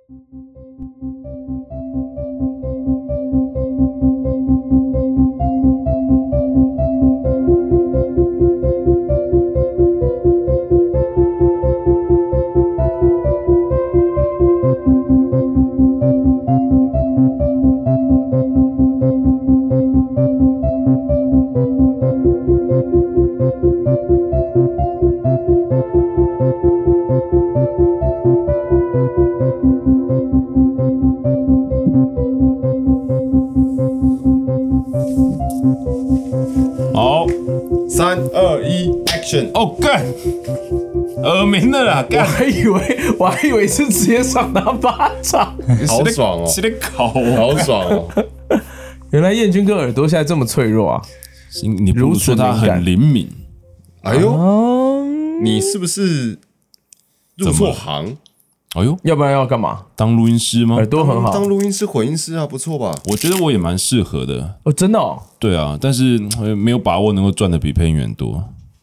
好 ，3、2、1 ，Action！ 哦，干，耳鸣了啦，干！ 我还以为是直接赏他巴掌， 好爽哦， 是在烤好爽哦！ 原来燕军哥耳朵现在这么脆弱啊！ 你不如说他很灵敏。 哎呦，你是不是入错行？ 哎呦， 要不然要干嘛？ 当录音师吗？ 耳朵很好， 当录音师、混音师啊，不错吧？ 我觉得我也蛮适合的。 哦，真的哦。 对啊，但是没有把握能够赚的比配音员多。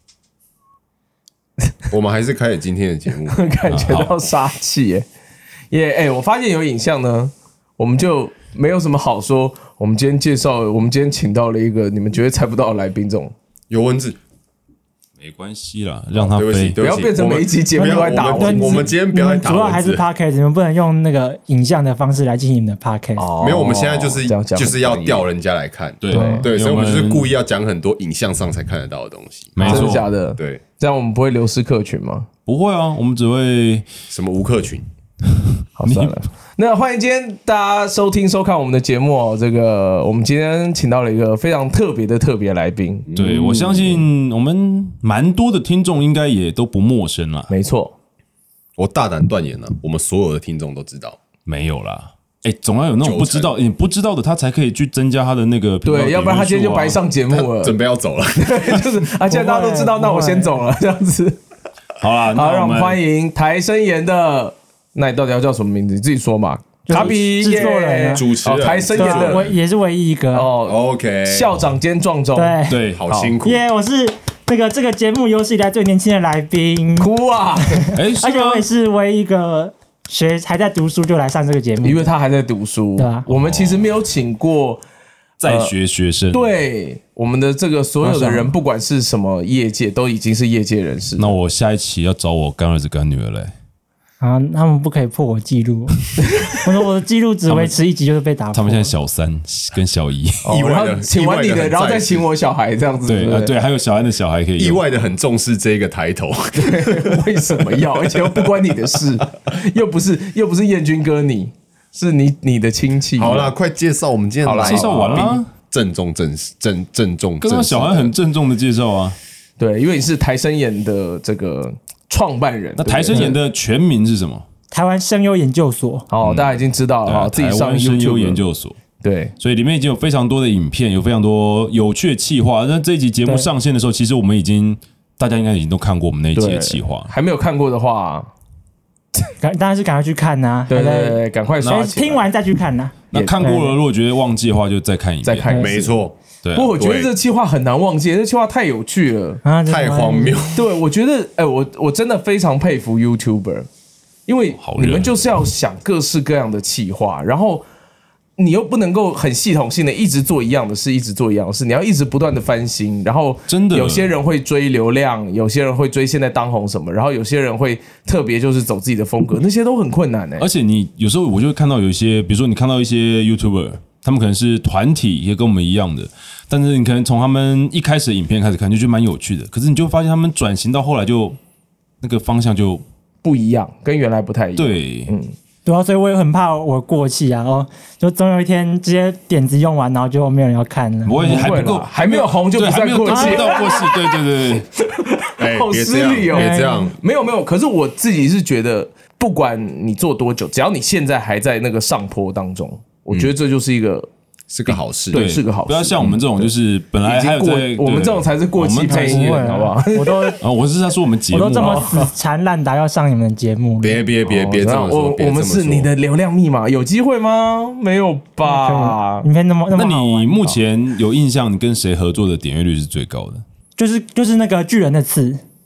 我们还是开始今天的节目， 感觉到杀气耶！我发现有影像呢，我们就没有什么好说。我们今天请到了一个你们绝对猜不到的来宾，这种有文字。 没关系啦，让他飞， 不要变成每一集节目都在打我们今天不要再打文字， 主要还是 podcast， 你们不能用那个影像的方式来进行你们的 podcast。 没有，我们现在就是要钓人家来看， 对， 所以我们就是故意要讲很多影像上才看得到的东西。 没错， 真的假的？ 对， 这样我们不会流失客群吗？ 不会啊，我们只会什么无客群。 好，算了。那欢迎今天大家收看我们的节目哦。这个我们今天请到了一个非常特别的特别来宾。 对，我相信我们蛮多的听众应该也都不陌生啦。 没错， 我大胆断言了，我们所有的听众都知道。 没有啦，总要有那种不知道，你不知道的，他才可以去增加他的那个频道点阅数啊。 对，要不然他今天就白上节目了， 准备要走了。 就是既然大家都知道，那我先走了，这样子。 好啦， 好，让我们欢迎台声研的，那你到底要叫什么名字？你自己说嘛。卡比制作人、 主持人、 台声研的， 也是唯一一个哦。 OK， 校长兼壮总， 对， 好辛苦。 我是这个节目有史以来最年轻的来宾， 哭啊！ 而且我也是唯一一个还在读书就来上这个节目， 因为他还在读书。 对啊， 我们其实没有请过在学学生。 对，我们的这个所有的人，不管是什么业界，都已经是业界人士。 那我下一期要找我干儿子干女儿来。 啊，他们不可以破我记录。我说我的记录只维持一集就是被打破。 他们现在小3跟小1， 然后请完你的，然后再请我小孩这样子。 对，还有小安的小孩可以意外的很重视这个抬头。 对，为什么要？而且又不关你的事，又不是燕军哥是你的亲戚。 好啦，快介绍我们今天的来宾。 介绍完了， 郑重。 刚刚小安很郑重的介绍啊。 对，因为你是台声研的这个创办人。 那台声研的全名是什么？ 台湾声优研究所。 好，大家已经知道了，自己上 YouTube 台湾声优研究所。 对， 所以里面已经有非常多的影片，有非常多有趣的企划。那这一集节目上线的时候，其实我们大家应该已经都看过我们那一集的企划。 还没有看过的话， 当然是赶快去看呐！ 对，赶快刷起来， 听完再去看呐。 那看过了，如果觉得忘记的话，就再看一遍。 再看， 没错。 对， 不过我觉得这企划很难忘记，这企划太有趣了， 太荒谬。 对，我觉得，我真的非常佩服 YouTuber， 因为你们就是要想各式各样的企划，然后你又不能够很系统性的一直做一样的事，你要一直不断的翻新，然后真的有些人会追流量，有些人会追现在当红什么，然后有些人会特别就是走自己的风格，那些都很困难而且你有时候我就会看到有一些，比如说你看到一些 YouTuber。他们可能是团体，也跟我们一样的，但是你可能从他们一开始的影片开始看，就觉得蛮有趣的。可是你就发现他们转型到后来就那个方向就不一样，跟原来不太一样。 对， 对啊，所以我也很怕我过气啊，就总有一天这些点子用完，然后就没有人要看了。 我也还不够，还没有红就不算过气， 到过气。对， 好失礼哦， 别这样， 没有。可是我自己是觉得，不管你做多久，只要你现在还在那个上坡当中。我觉得这就是是个好事， 对，是个好事。 不要像我们这种，就是本来还有在我们这种才是过气配音员，好不好？ 我是在说我们节目， 我都这么死缠烂打要上你们的节目， 别这么说， 我们是你的流量密码，有机会吗？没有吧？ 影片那么那你目前有印象，你跟谁合作的点阅率是最高的？ 就是那个巨人的刺。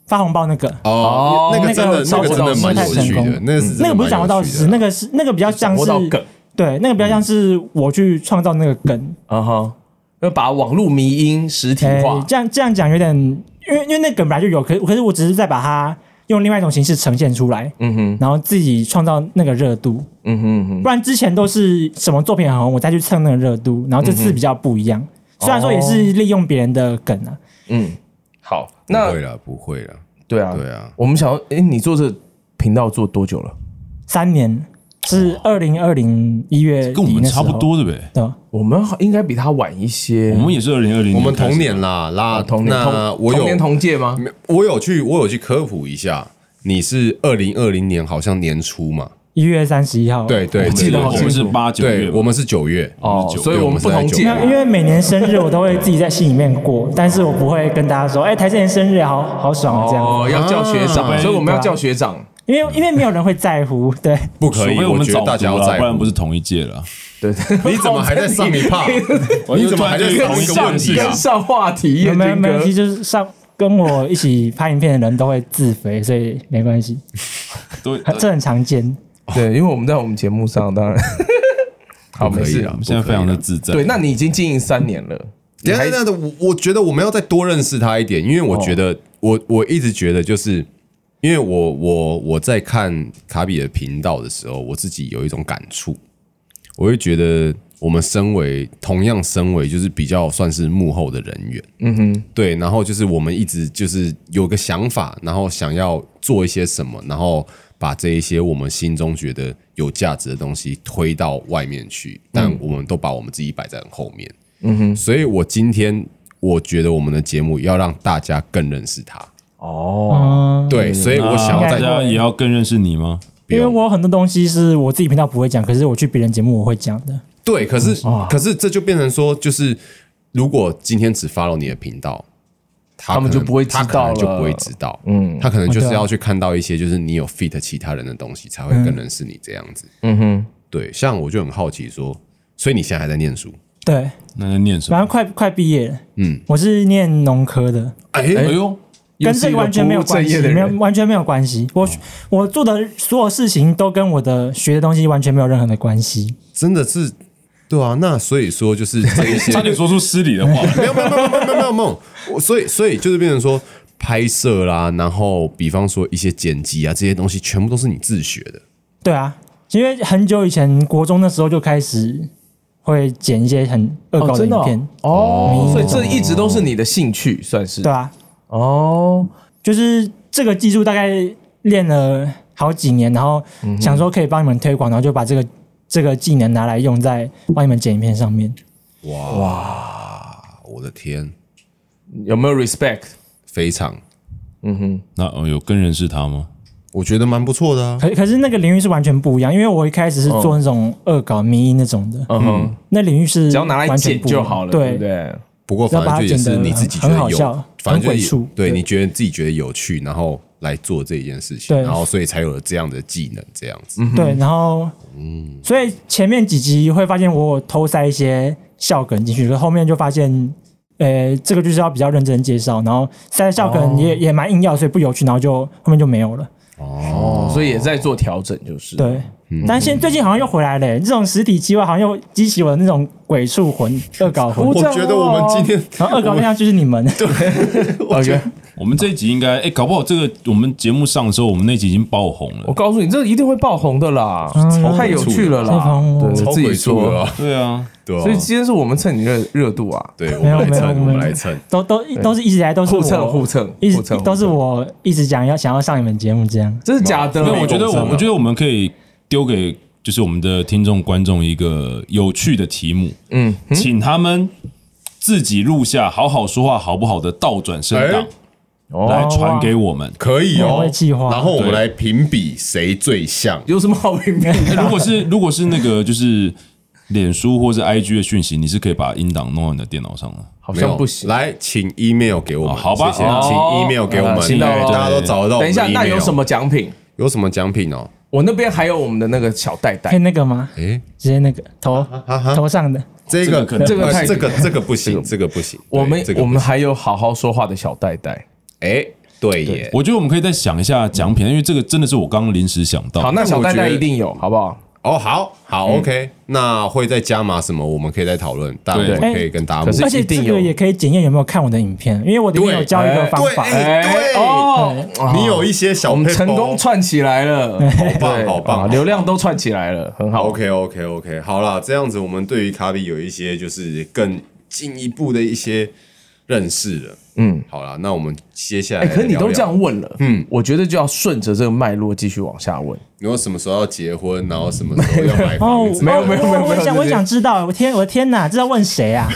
发红包那个。 那个真的蛮有趣的， 那个不是掌握到实，那个比较像是梗， 对，那个比较像是我去创造那个梗， 要把网络迷因实体化。 这样讲有点，因为那个梗本来就有，可是我只是在把它用另外一种形式呈现出来，然后自己创造那个热度，不然之前都是什么作品很红，我再去蹭那个热度，然后这次比较不一样，虽然说也是利用别人的梗啊， 好，那不会了， 对啊，我们想要，你做这频道做多久了 ？3年。是2020 1月底， 跟我们差不多的呗。 对， 我们应该比他晚一些。 我们也是2020年， 我们同年啦， 同年。 那我有同年同届吗？ 我有去科普一下，你是2020年好像年初嘛 ，1月31号。 对， 我记得我们是8、9月， 对，我们是9月所以我们不同届。 因为每年生日我都会自己在心里面过，但是我不会跟大家说，台积电生日好爽这样。 要叫学长，所以我们要叫学长。 因为没有人会在乎，对， 不可以，我觉得大家要在乎， 不然不是同一届了。 对， 你怎么还在上一趴？你怎么还在上一个问题啊？ 上话题， 没问题，就是跟我一起拍影片的人都会自肥，所以没关系，这很常见。 对，因为我们在我们节目上，当然好没事， 我们现在非常的自在。 对，那你已经经营3年了， 我觉得我们要再多认识他一点，因为我觉得我一直觉得就是。因为我在看卡比的频道的时候，我自己有一种感触，我会觉得我们同样身为就是比较算是幕后的人员，对，然后就是我们一直就是有个想法，然后想要做一些什么，然后把这一些我们心中觉得有价值的东西推到外面去，但我们都把我们自己摆在很后面，所以今天我觉得我们的节目要让大家更认识他。对，所以我想要大家也要更认识你吗？ 因为我有很多东西是我自己频道不会讲，可是我去别人节目我会讲的。 对，可是这就变成说，就是如果今天只 follow 你的频道， 他们就不会知道了， 就不会知道。他可能就是要去看到一些就是你有 fit 其他人的东西，才会更认识你这样子。对，像我就很好奇说，所以你现在还在念书？ 对， 那在念什么？ 反正快毕业了。我是念农科的。 哎呦。 跟这个完全没有关系，完全没有关系。我做的所有事情都跟我的学的东西完全没有任何的关系。 真的是，对啊。那所以说就是这一些， 差点说出失礼的话。 没有。所以就是变成说拍摄啦，然后比方说一些剪辑啊这些东西，全部都是你自学的。 对啊，因为很久以前国中的时候就开始会剪一些很恶搞的影片所以这一直都是你的兴趣，算是对啊。就是这个技术大概练了好几年，然后想说可以帮你们推广，然后就把这个技能拿来用在帮你们剪影片上面。 哇，我的天， 有没有 respect？ 非常， 那有更认识他吗？ 我觉得蛮不错的啊。 可是那个领域是完全不一样，因为我一开始是做那种恶搞迷因那种的，那领域是只要拿来剪就好了，对不对？ 不过反正就也是你自己觉得有，反正就对你自己觉得有趣，然后来做这一件事情，然后所以才有了这样的技能，这样子。 对，然后所以前面几集会发现我有偷塞一些笑梗进去，可是后面就发现，这个就是要比较认真介绍，然后塞笑梗也蛮硬要，所以不有趣，然后就后面就没有了。 所以也在做调整，就是对。但最近好像又回来了，这种实体计划好像又激起我的那种鬼畜魂、恶搞魂。 我觉得我们今天， 然后恶搞对象就是你们。对， 我们这一集应该，搞不好这个我们节目上的时候，我们那集已经爆红了。 我告诉你，这一定会爆红的啦，太有趣了啦，对，自己说了， 对啊。 所以今天是我们蹭你的热度啊， 对，我们来蹭， 都是一直以来都是互蹭， 都是我一直想要上你们节目这样。 这是假的？ 没有，我觉得我们可以丢给就是我们的听众观众一个有趣的题目，请他们自己录下好好说话好不好的倒转声档。来传给我们， 可以哦。 然后我们来评比谁最像， 有什么好评比？ 如果是那个就是脸书或是 IG 的讯息，你是可以把音档弄到你的电脑上的， 好像不行。 来，请 email 给我们， 好吧？ 谢谢，请 email 给我们，大家都找得到。 等一下，那有什么奖品？ 有什么奖品哦？ 我那边还有我们的那个小袋袋， 可以那个吗？直接那个头上的这个这个不行，这个不行。 我们还有好好说话的小袋袋。 对耶， 我觉得我们可以再想一下奖品，因为这个真的是我刚刚临时想到。 好，那小蛋蛋一定有，好不好？ 哦，好，OK，那会再加码什么？我们可以再讨论，但我们可以跟大家。 而且这个也可以检验有没有看我的影片，因为我里面有教一个方法。 对哦， 你有一些小， 我们成功串起来了， 好棒， 流量都串起来了，很好。 OK， 好啦，这样子我们对于卡比有一些就是更进一步的一些认识了。好啦，那我们接下来聊聊， 可是你都这样问了，我觉得就要顺着这个脉络继续往下问。 你说什么时候要结婚，然后什么时候要买房子？ 没有， 我想知道，我的天哪，这要问谁啊？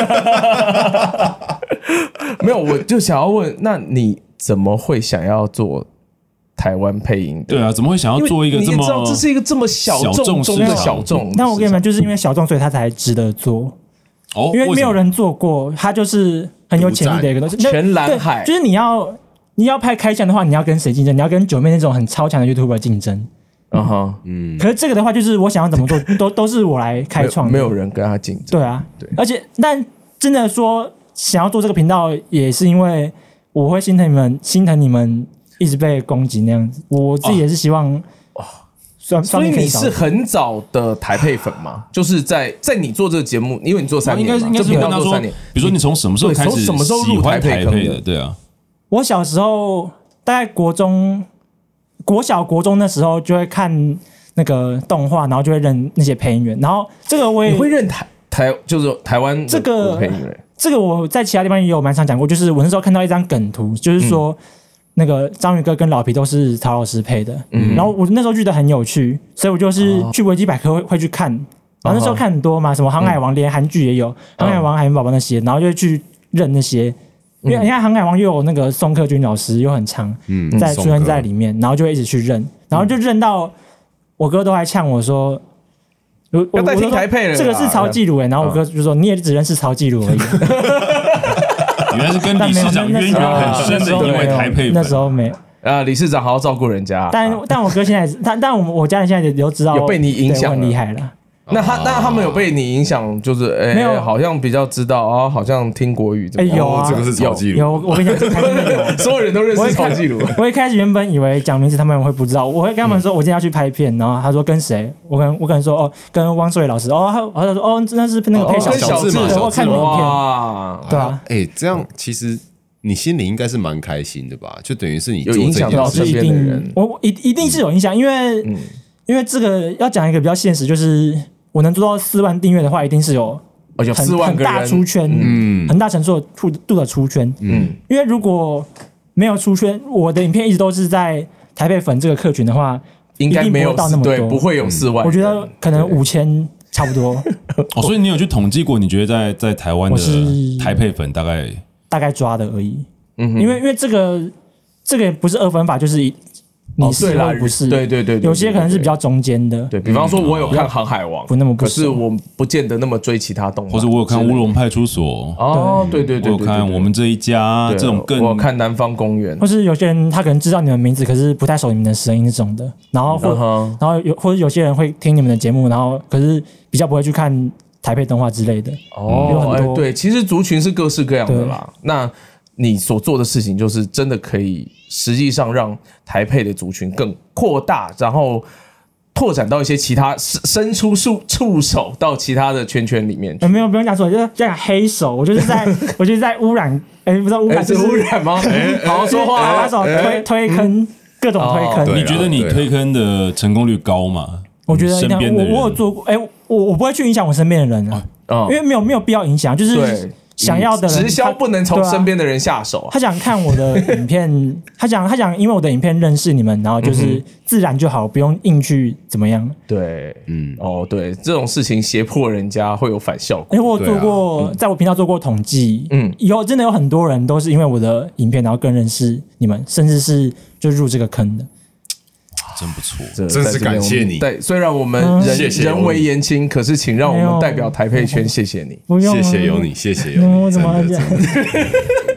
没有，我就想要问，那你怎么会想要做台湾配音的？ 对啊，怎么会想要做一个这么？ 这是一个这么小众中的小众。 那我跟你们就是因为小众，所以他才值得做。 哦， 因为没有人做过，他就是很有潜力的一个东西。 全蓝海就是你要拍开箱的话，你要跟谁竞争？你要跟九妹那种很超强的 YouTuber 竞争。可是这个的话，就是我想要怎么做，都是我来开创的， 没有人跟他竞争。 对啊，对。而且，但真的说想要做这个频道，也是因为我会心疼你们一直被攻击那样子。我自己也是希望。 所以你是很早的台配粉吗？就是在你做这个节目，因为你做3年嘛， 应该是频道做3年。 比如说你从什么时候开始什么时候入台配的？对啊， 我小时候大概国小国中的时候就会看那个动画，然后就会认那些配音员。然后这个我也你会认就是台湾这个配音员。 这个我在其他地方也有蛮常讲过，就是我那时候看到一张梗图，就是说。那个章鱼哥跟老皮都是曹老师配的，然后我那时候觉得很有趣，所以我就是去维基百科会去看，然后那时候看很多嘛，什么航海王，连韩剧也有航海王、海绵宝宝那些，然后就去认那些，因为你看航海王又有那个宋克军老师又很长，在出现在里面，然后就会一直去认，然后就认到我哥都还呛我说。 我在听台配了， 这个是曹纪鲁然后我哥就说你也只认识曹纪鲁而已。 原来是跟理事长渊源很深的一位台配粉。 那时候没有理事长好好照顾人家。 但我哥现在，但我家人现在也都知道有被你影响， 很厉害了。 那他们有被你影响，就是没有，好像比较知道啊，好像听国语。 有啊， 这个是曹纪鲁。 有，我跟你讲，有， 所有人都认识曹纪鲁。 我一开始原本以为讲名字他们会不知道，我会跟他们说我今天要去拍片，然后他说跟谁，我可能说跟汪硕伟老师他说那是那个配小智嘛， 我看影片，对啊， 这样其实。你心里应该是蛮开心的吧？就等于是你有影响到身边的人， 我一定是有影响，因为这个要讲一个比较现实，就是我能做到4万订阅的话，一定是有 4万个人很大出圈，很大程度的出圈，因为如果没有出圈，我的影片一直都是在台北粉这个客群的话， 应该没有到那么多， 对，不会有4万， 我觉得可能5000差不多。 所以你有去统计过？你觉得在台湾的台配粉大概抓的而已，因为这个也不是2分法，就是你是或不是， 对， 有些可能是比较中间的， 对，比方说我有看《航海王》， 不那么， 可是我不见得那么追其他动画， 或者我有看《乌龙派出所》 对， 我有看我们这一家这种更， 我有看《南方公园》， 或是有些人他可能知道你们名字，可是不太熟你们的声音这种的，然后或者有些人会听你们的节目，然后可是比较不会去看台配动画之类的有很多对，其实族群是各式各样的啦。那你所做的事情，就是真的可以实际上让台配的族群更扩大，然后拓展到一些其他伸出触手到其他的圈里面去。 没有，不用讲错，就是讲黑手，我就是在污染，不知道污染是污染吗？好好说话， 把手推坑，各种推坑。 你觉得你推坑的成功率高吗？ 我觉得我有做过，我不会去影响我身边的人因为没有必要影响，就是想要的人， 直销不能从身边的人下手。 他想看我的影片，他想因为我的影片认识你们，然后就是自然就好，不用硬去怎么样。 对，对，这种事情胁迫人家会有反效果。 我有做过，在我频道做过统计，真的有很多人都是因为我的影片，然后更认识你们，甚至是就入这个坑的。 真不错， 真是感谢你。 对，虽然我们人为言轻，可是请让我们代表台配圈谢谢你， 谢谢有你，谢谢有你。 我怎么讲？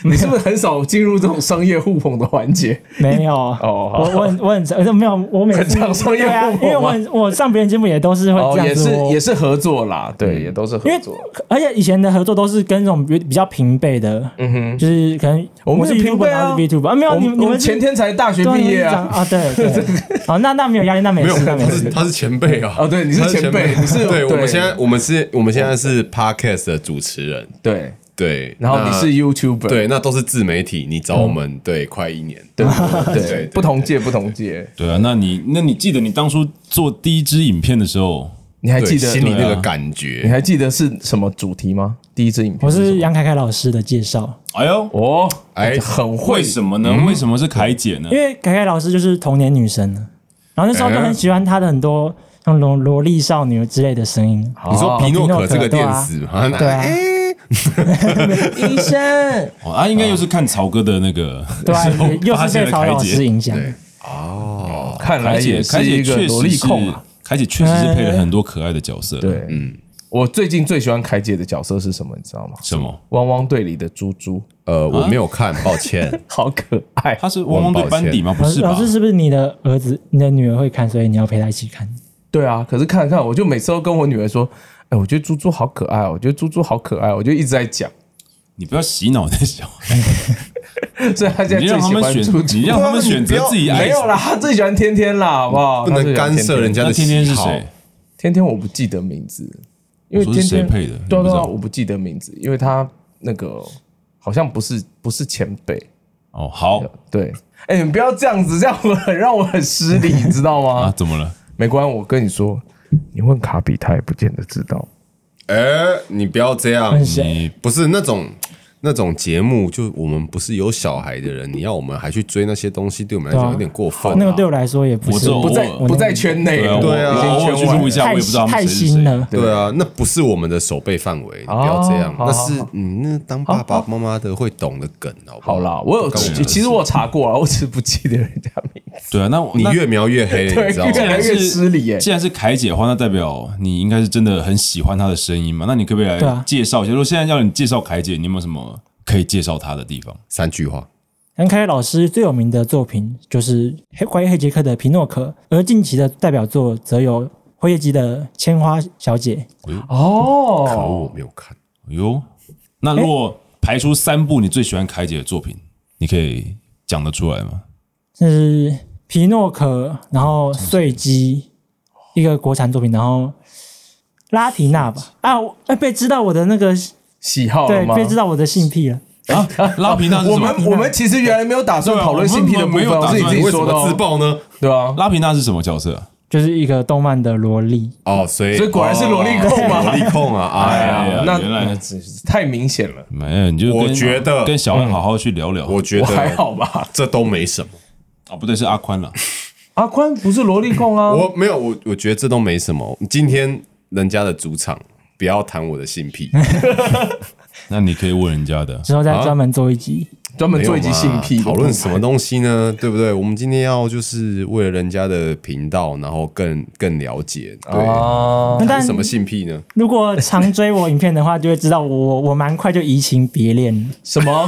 你是不是很少进入这种商业互捧的环节？ 没有我很没有，我每次商业互捧， 因为我上别人节目也都是会这样子， 也是合作啦，对，也都是合作。 而且以前的合作都是跟那种比较平辈的，就是可能我们是平辈啊 ，VTuber 没有你们前天才大学毕业啊， 对，好那没有压力，那没事， 他是前辈啊， 哦对，你是前辈，你是对，我们现在是 Podcast 的主持人，对， 然后你是 YouTuber， 对，那都是自媒体，你找我们对快1年， 对，不同届， 对啊，那你记得你当初做第一支影片的时候， 你还记得心里那个感觉？ 你还记得是什么主题吗？第一支影片我是杨凯凯老师的介绍。 哎呦， 很会， 为什么呢？为什么是凯姐呢？ 因为凯凯老师就是童年女神，然后那时候就很喜欢她的很多像萝莉少女之类的声音。 你说皮诺可这个电视吗？ 对啊。 医生应该又是看曹哥的那个， 对啊，又是被曹老师影响。 看来也是一个萝莉控啊。 凯姐确实是配了很多可爱的角色。 对，我最近最喜欢凯姐的角色是什么？你知道吗？ 什么？ 汪汪队里的猪猪。 我没有看，抱歉。 好可爱。 他是汪汪队班底吗？不是吧？ 老师是不是你的儿子、你的女儿会看，所以你要陪她一起看？ 对啊，可是看，我就每次都跟我女儿说，我觉得猪猪好可爱，我觉得猪猪好可爱，我就一直在讲。 你不要洗脑那小孩， 所以他现在最喜欢猪猪， 你让他们选择自己爱。 没有啦，他最喜欢天天啦，好不好？ 不能干涉人家的喜好。 天天是谁？ 天天我不记得名字，因为天天谁配的？ 对啊，我不记得名字，因为他那个好像不是前辈。 哦，好， 对，你不要这样子，这样让我很失礼，你知道吗？ 怎么了？ 没关系，我跟你说，你问卡比，他也不见得知道。 你不要这样，你不是那种节目，就我们不是有小孩的人，你要我们还去追那些东西，对我们来讲有点过分。 那个对我来说也不是不在圈内， 对啊， 我去录一下，我也不知道太新了。 对啊，那不是我们的守备范围，你不要这样。那是那当爸爸妈妈的会懂的梗，好不好？ 好啦，其实我查过了，我只是不记得人家名字。 对啊，那你越描越黑，你知道吗？ 越来越失礼。 既然是凯姐的话，那代表你应该是真的很喜欢她的声音嘛？那你可不可以来介绍一下？如果现在要你介绍凯姐，你有没有什么可以介绍她的地方 ？3句话。 杨凯凯老师最有名的作品就是关于黑杰克的《皮诺可》，而近期的代表作则有辉夜姬的《千花小姐》。 可恶，我没有看。 那如果排出3部你最喜欢凯姐的作品，你可以讲得出来吗？ 是《皮诺可》，然后《碎机》一个国产作品，然后拉提娜吧。被知道我的那个喜好了吗？ 对，被知道我的性癖了。 拉皮娜是什么？ 我们其实原来没有打算讨论性癖的部分，是你自己说的。 自爆呢？ 对啊， 拉皮娜是什么角色？ 就是一个动漫的萝莉。 所以果然是萝莉控嘛， 萝莉控啊！ 哎呀， 那原来太明显了。 没有，你就我觉得跟小安好好去聊聊。 我觉得还好吧， 这都没什么。 不对，是阿宽了。 阿宽不是萝莉控啊？ 我没有，我觉得这都没什么。今天人家的主场，不要谈我的性癖。 那你可以问人家的， 之后再专门做一集， 专门做一集性癖讨论什么东西呢？对不对？我们今天要就是为了人家的频道，然后更了解。对，谈什么性癖呢？ 如果常追我影片的话，就会知道我蛮快就移情别恋。 什么？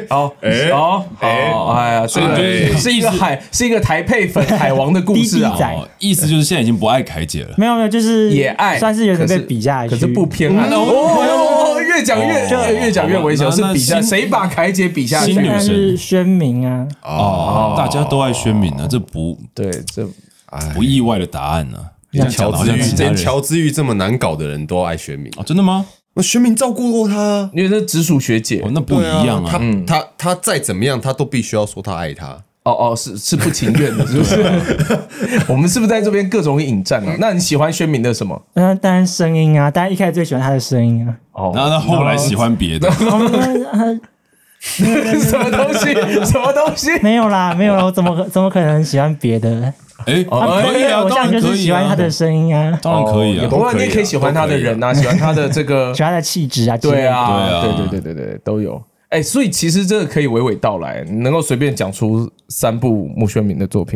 哎呀，这个是一个台配粉海王的故事啊。 意思就是现在已经不爱凯姐了。 没有，就是也爱， 算是有点被比下去， 可是不偏爱。越讲越危险，是比下谁把凯姐比下去？ 新女神是宣明啊！ 大家都爱宣明啊，这不意外的答案呢。 连乔治玉这么难搞的人都爱宣明真的吗？ 那宣明照顾过他， 因为是直属学姐， 那不一样啊。 他再怎么样，他都必须要说他爱他。 是不情愿的，是不是？我们是不是在这边各种引战啊？那你喜欢宣明的什么？ 当然声音啊，大家一开始最喜欢他的声音啊。 那后来喜欢别的。 什么东西？ 没有啦，我怎么可能喜欢别的？ 可以啊， 我这样就是喜欢他的声音啊， 当然可以啊。 不过你也可以喜欢他的人啊，喜欢他的这个， 喜欢他的气质啊， 对啊，对，都有。所以其实这个可以娓娓道来，能够随便讲出3部穆宣明的作品。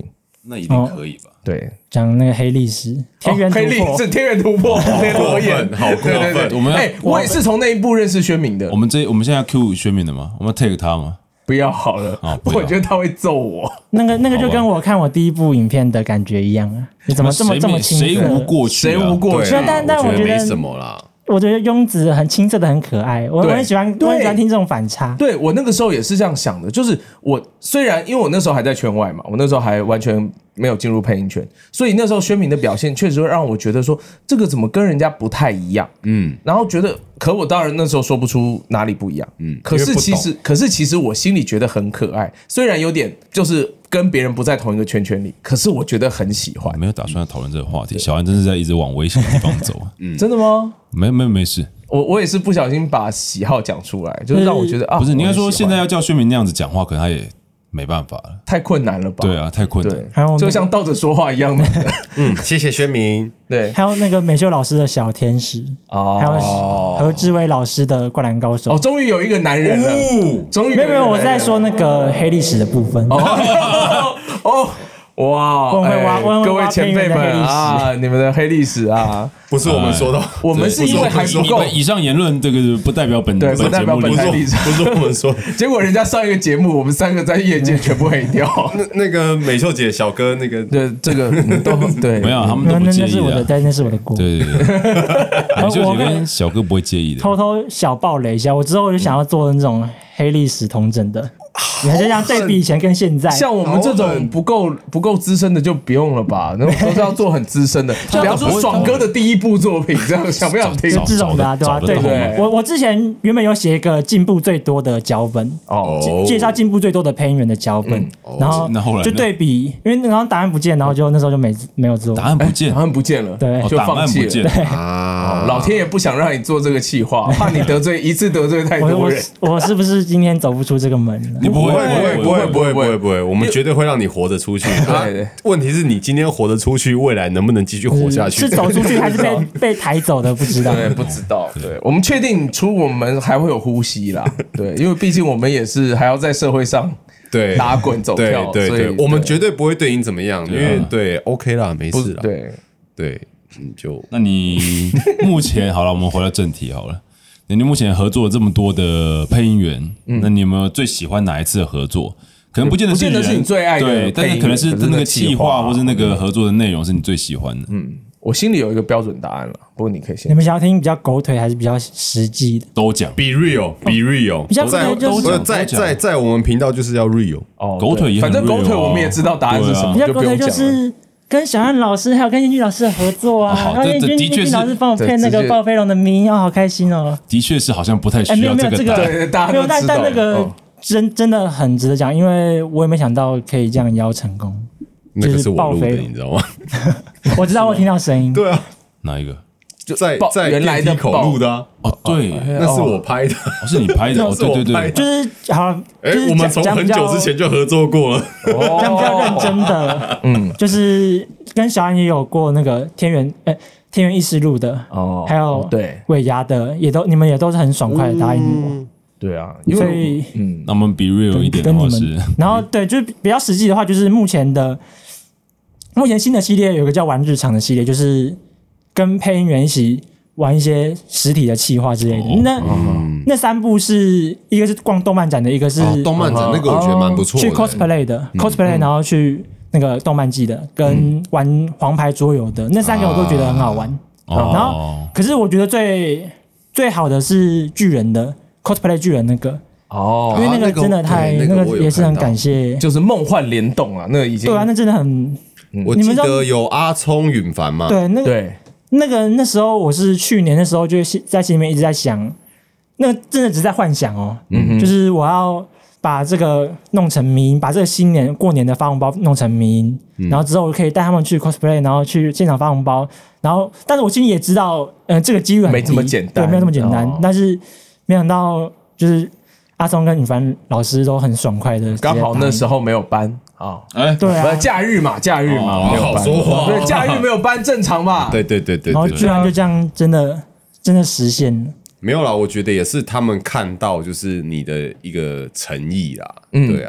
那一定可以吧？ 对， 讲那个黑历史，天元突黑历破， 是天元突破，天罗眼， 好过分对对对我们要我也是从那一部认识宣明的我。们现在要 Q 宣明的吗？我们要 take 他吗？ 不要好了不要我觉得他会揍我。 那个就跟我看我第一部影片的感觉一样啊！你怎么这么青谁无涩？ 过去啊？ 谁无过去对啊但我觉得没什么啦。 我觉得庸子很青涩的很可爱，我很喜欢，我很喜欢听这种反差。 对我那个时候也是这样想的，就是我虽然因为我那时候还在圈外嘛，我那时候还完全没有进入配音圈，所以那时候宣明的表现确实会让我觉得说这个怎么跟人家不太一样，然后觉得，可我当然那时候说不出哪里不一样，可是其实我心里觉得很可爱，虽然有点就是跟别人不在同一个圈圈里，可是我觉得很喜欢。 没有打算要讨论这个话题，小安真是在一直往危险的地方走啊。 真的吗？ 没事， 我也是不小心把喜好讲出来，就是让我觉得啊， 不是你应该说我很喜欢现在要叫宣明那样子讲话，可能他也没办法了。 太困难了吧？ 对啊，太困难。 对还有， 就像倒着说话一样的。 谢谢宣明。 对， 还有那个美秀老师的小天使，还有何志威老师的灌篮高手。 哦，终于有一个男人了，终于没有，我在说那个黑历史的部分。 哦。哇！ 我会挖各位前辈们啊，你们的黑历史啊， 不是我们说的， 我们是因为还不够。 以上言论这个不代表本节目本台立场， 不是我们说。 结果人家上一个节目，我们三个在业界全部黑掉。 那个美秀姐、小哥那个， 这个都对， 没有，他们都不介意的。 那是我的锅。 对，美秀姐跟小哥不会介意的。 偷偷小爆雷一下，我之后就想要做那种黑历史统整的。你还是这样对比以前跟现在， 像我们这种不够资深的就不用了吧？那都是要做很资深的，比方说爽哥的第一部作品，这样想不想听？ 这种的啊，对吧？对，我之前原本有写一个进步最多的脚本，介绍进步最多的配音员的脚本，然后就对比，因为然后答案不见，然后就那时候就没有做， 答案不见了， 对， 就放弃了。 对啊，老天爷不想让你做这个企划，怕你一次得罪太多人。 我是不是今天走不出这个门？ 不会，我们绝对会让你活得出去。问题是你今天活得出去，未来能不能继续活下去？ 是走出去还是被抬走的？不知道。 对，不知道。对，我们确定出我们还会有呼吸啦。对，因为毕竟我们也是还要在社会上打滚走跳。 对，我们绝对不会对你怎么样，因为对 OK 啦，没事啦。对， 那你目前好了，我们回到正题好了。你目前合作了这么多的配音员，那你有没有最喜欢哪一次的合作？可能不见得是你最爱的， 对，但是可能是那个企划或是那个合作的内容是你最喜欢的。 我心里有一个标准答案了，不过你可以先。 你们想要听比较狗腿还是比较实际的？ 都讲 ，be real， 比较在我们频道就是要 real。 狗腿也反正狗腿我们也知道答案是什么， 比较狗腿就是跟小安老师还有跟彦俊老师的合作啊，然后彦俊老师帮我配那个暴飞龙的迷，好开心哦。 的确是好像不太需要这个， 没有， 但那个真的很值得讲，因为我也没想到可以这样邀成功。 那个是我录的，你知道吗？ 我知道，我听到声音。 对啊， 哪一个？ 在原来的口录的啊。 哦，对， 那是我拍的， 是你拍的。对， 就是好， 我们从很久之前就合作过了。 讲比较认真的，就是跟小安也有过那个天元异事录的，还有尾牙的，你们也都是很爽快的答应我。 对啊， 所以那我们比 real 一点的话是， 然后对，就是比较实际的话，就是目前新的系列有个叫玩日常的系列，就是跟配音员一起玩一些实体的企划之类的。那3部是一个是逛动漫展的，一个是动漫展，那个我觉得蛮不错的。 去 cosplay 的 cosplay， 然后去那个动漫季的，跟玩黄牌桌游的，那3个我都觉得很好玩。然后可是我觉得最好的是巨人的。cosplay 巨人那个因为那个真的那个也是很感谢， 就是梦幻联动啊，那个已经对啊，那真的很。 我记得有阿聪、允凡嘛， 对，那时候我是去年的时候就在心里面一直在想，那个真的只是在幻想哦，就是我要把这个弄成迷，把这个新年过年的发红包弄成迷，然后之后可以带他们去 cosplay， 然后去现场发红包，然后但是我心里也知道，这个几率很低， 没这么简单， 对，没有那么简单，但是。没想到就是阿松跟允凡老师都很爽快的， 刚好那时候没有班啊， 对啊， 假日嘛， 没有班，说话， 对，假日没有班正常嘛， 对， 然后居然就这样真的实现了， 没有啦，我觉得也是他们看到就是你的一个诚意啦，对啊，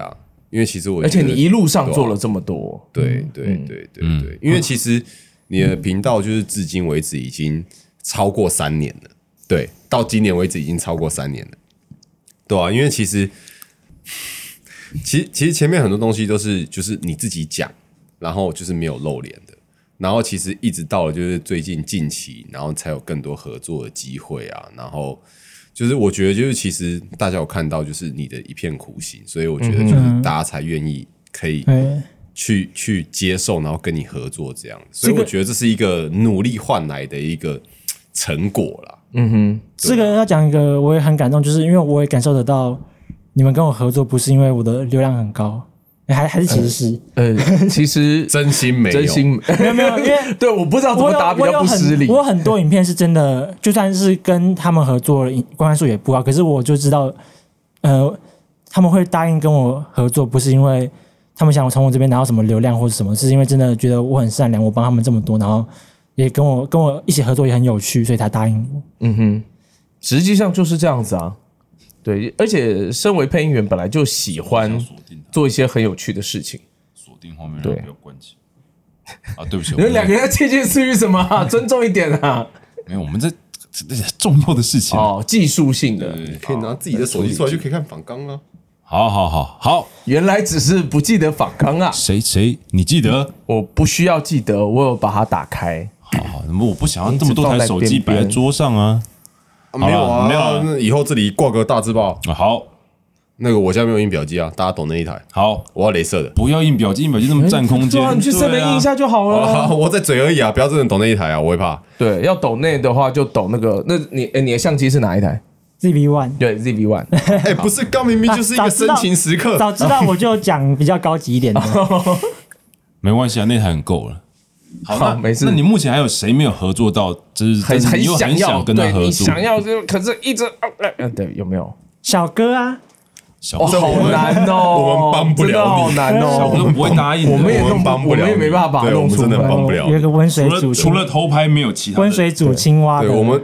因为其实我觉得而且你一路上做了这么多， 对，因为其实你的频道就是至今为止已经超过3年了，对，到今年为止已经超过3年了，对啊，因为其实前面很多东西都是就是你自己讲，然后就是没有露脸的，然后其实一直到了就是最近期，然后才有更多合作的机会啊，然后就是我觉得就是其实大家有看到就是你的一片苦心，所以我觉得就是大家才愿意可以去接受，然后跟你合作这样，所以我觉得这是一个努力换来的一个成果啦。 这个要讲一个我也很感动，就是因为我也感受得到你们跟我合作不是因为我的流量很高，还是其实是其实真心没有， 没有，因为对，我不知道怎么答比较不失礼。 我有很多影片是真的，就算是跟他们合作，观看数也不高，可是我就知道，他们会答应跟我合作，不是因为他们想从我这边拿到什么流量或者什么，是因为真的觉得我很善良，我帮他们这么多，然后也跟我一起合作也很有趣，所以才答应我。 实际上就是这样子啊。对，而且身为配音员，本来就喜欢做一些很有趣的事情。 锁定画面，不要关机。啊，对不起， 你们两个人窃窃私语什么啊？尊重一点啊！ 没有，我们这重要的事情哦，技术性的， 可以拿自己的手机出来就可以看访纲了。 好， 原来只是不记得访纲啊。 谁？你记得？ 我不需要记得，我有把它打开。 好，那么我不想要这么多台手机摆在桌上啊。 没有啊，那以后这里挂个大字报。 好， 那个我家没有印表机啊，大家懂那一台。 好， 我要雷射的。 不要印表机那么占空间。 你去7-11印一下就好了。 我在嘴而已啊，不要真的懂那一台啊，我会怕。 对，要抖内的话就抖那个。那你的相机是哪一台 ？ZV-1。 对 ，ZV-1。 不是，刚明明就是一个深情时刻。 早知道我就讲比较高级一点的。 没关系啊，那台很够了。好， 没事。 那你目前还有谁没有合作到？就是很想跟他合作， 你想要就可是一直对，有没有？ 小哥啊， 好难哦， 我们帮不了你， 好难哦， 小哥不会答应， 我们也帮不了，我们也没办法把它弄出来， 真的帮不了。 有一个温水煮， 除了偷拍没有其他。 温水煮青蛙， 对，我们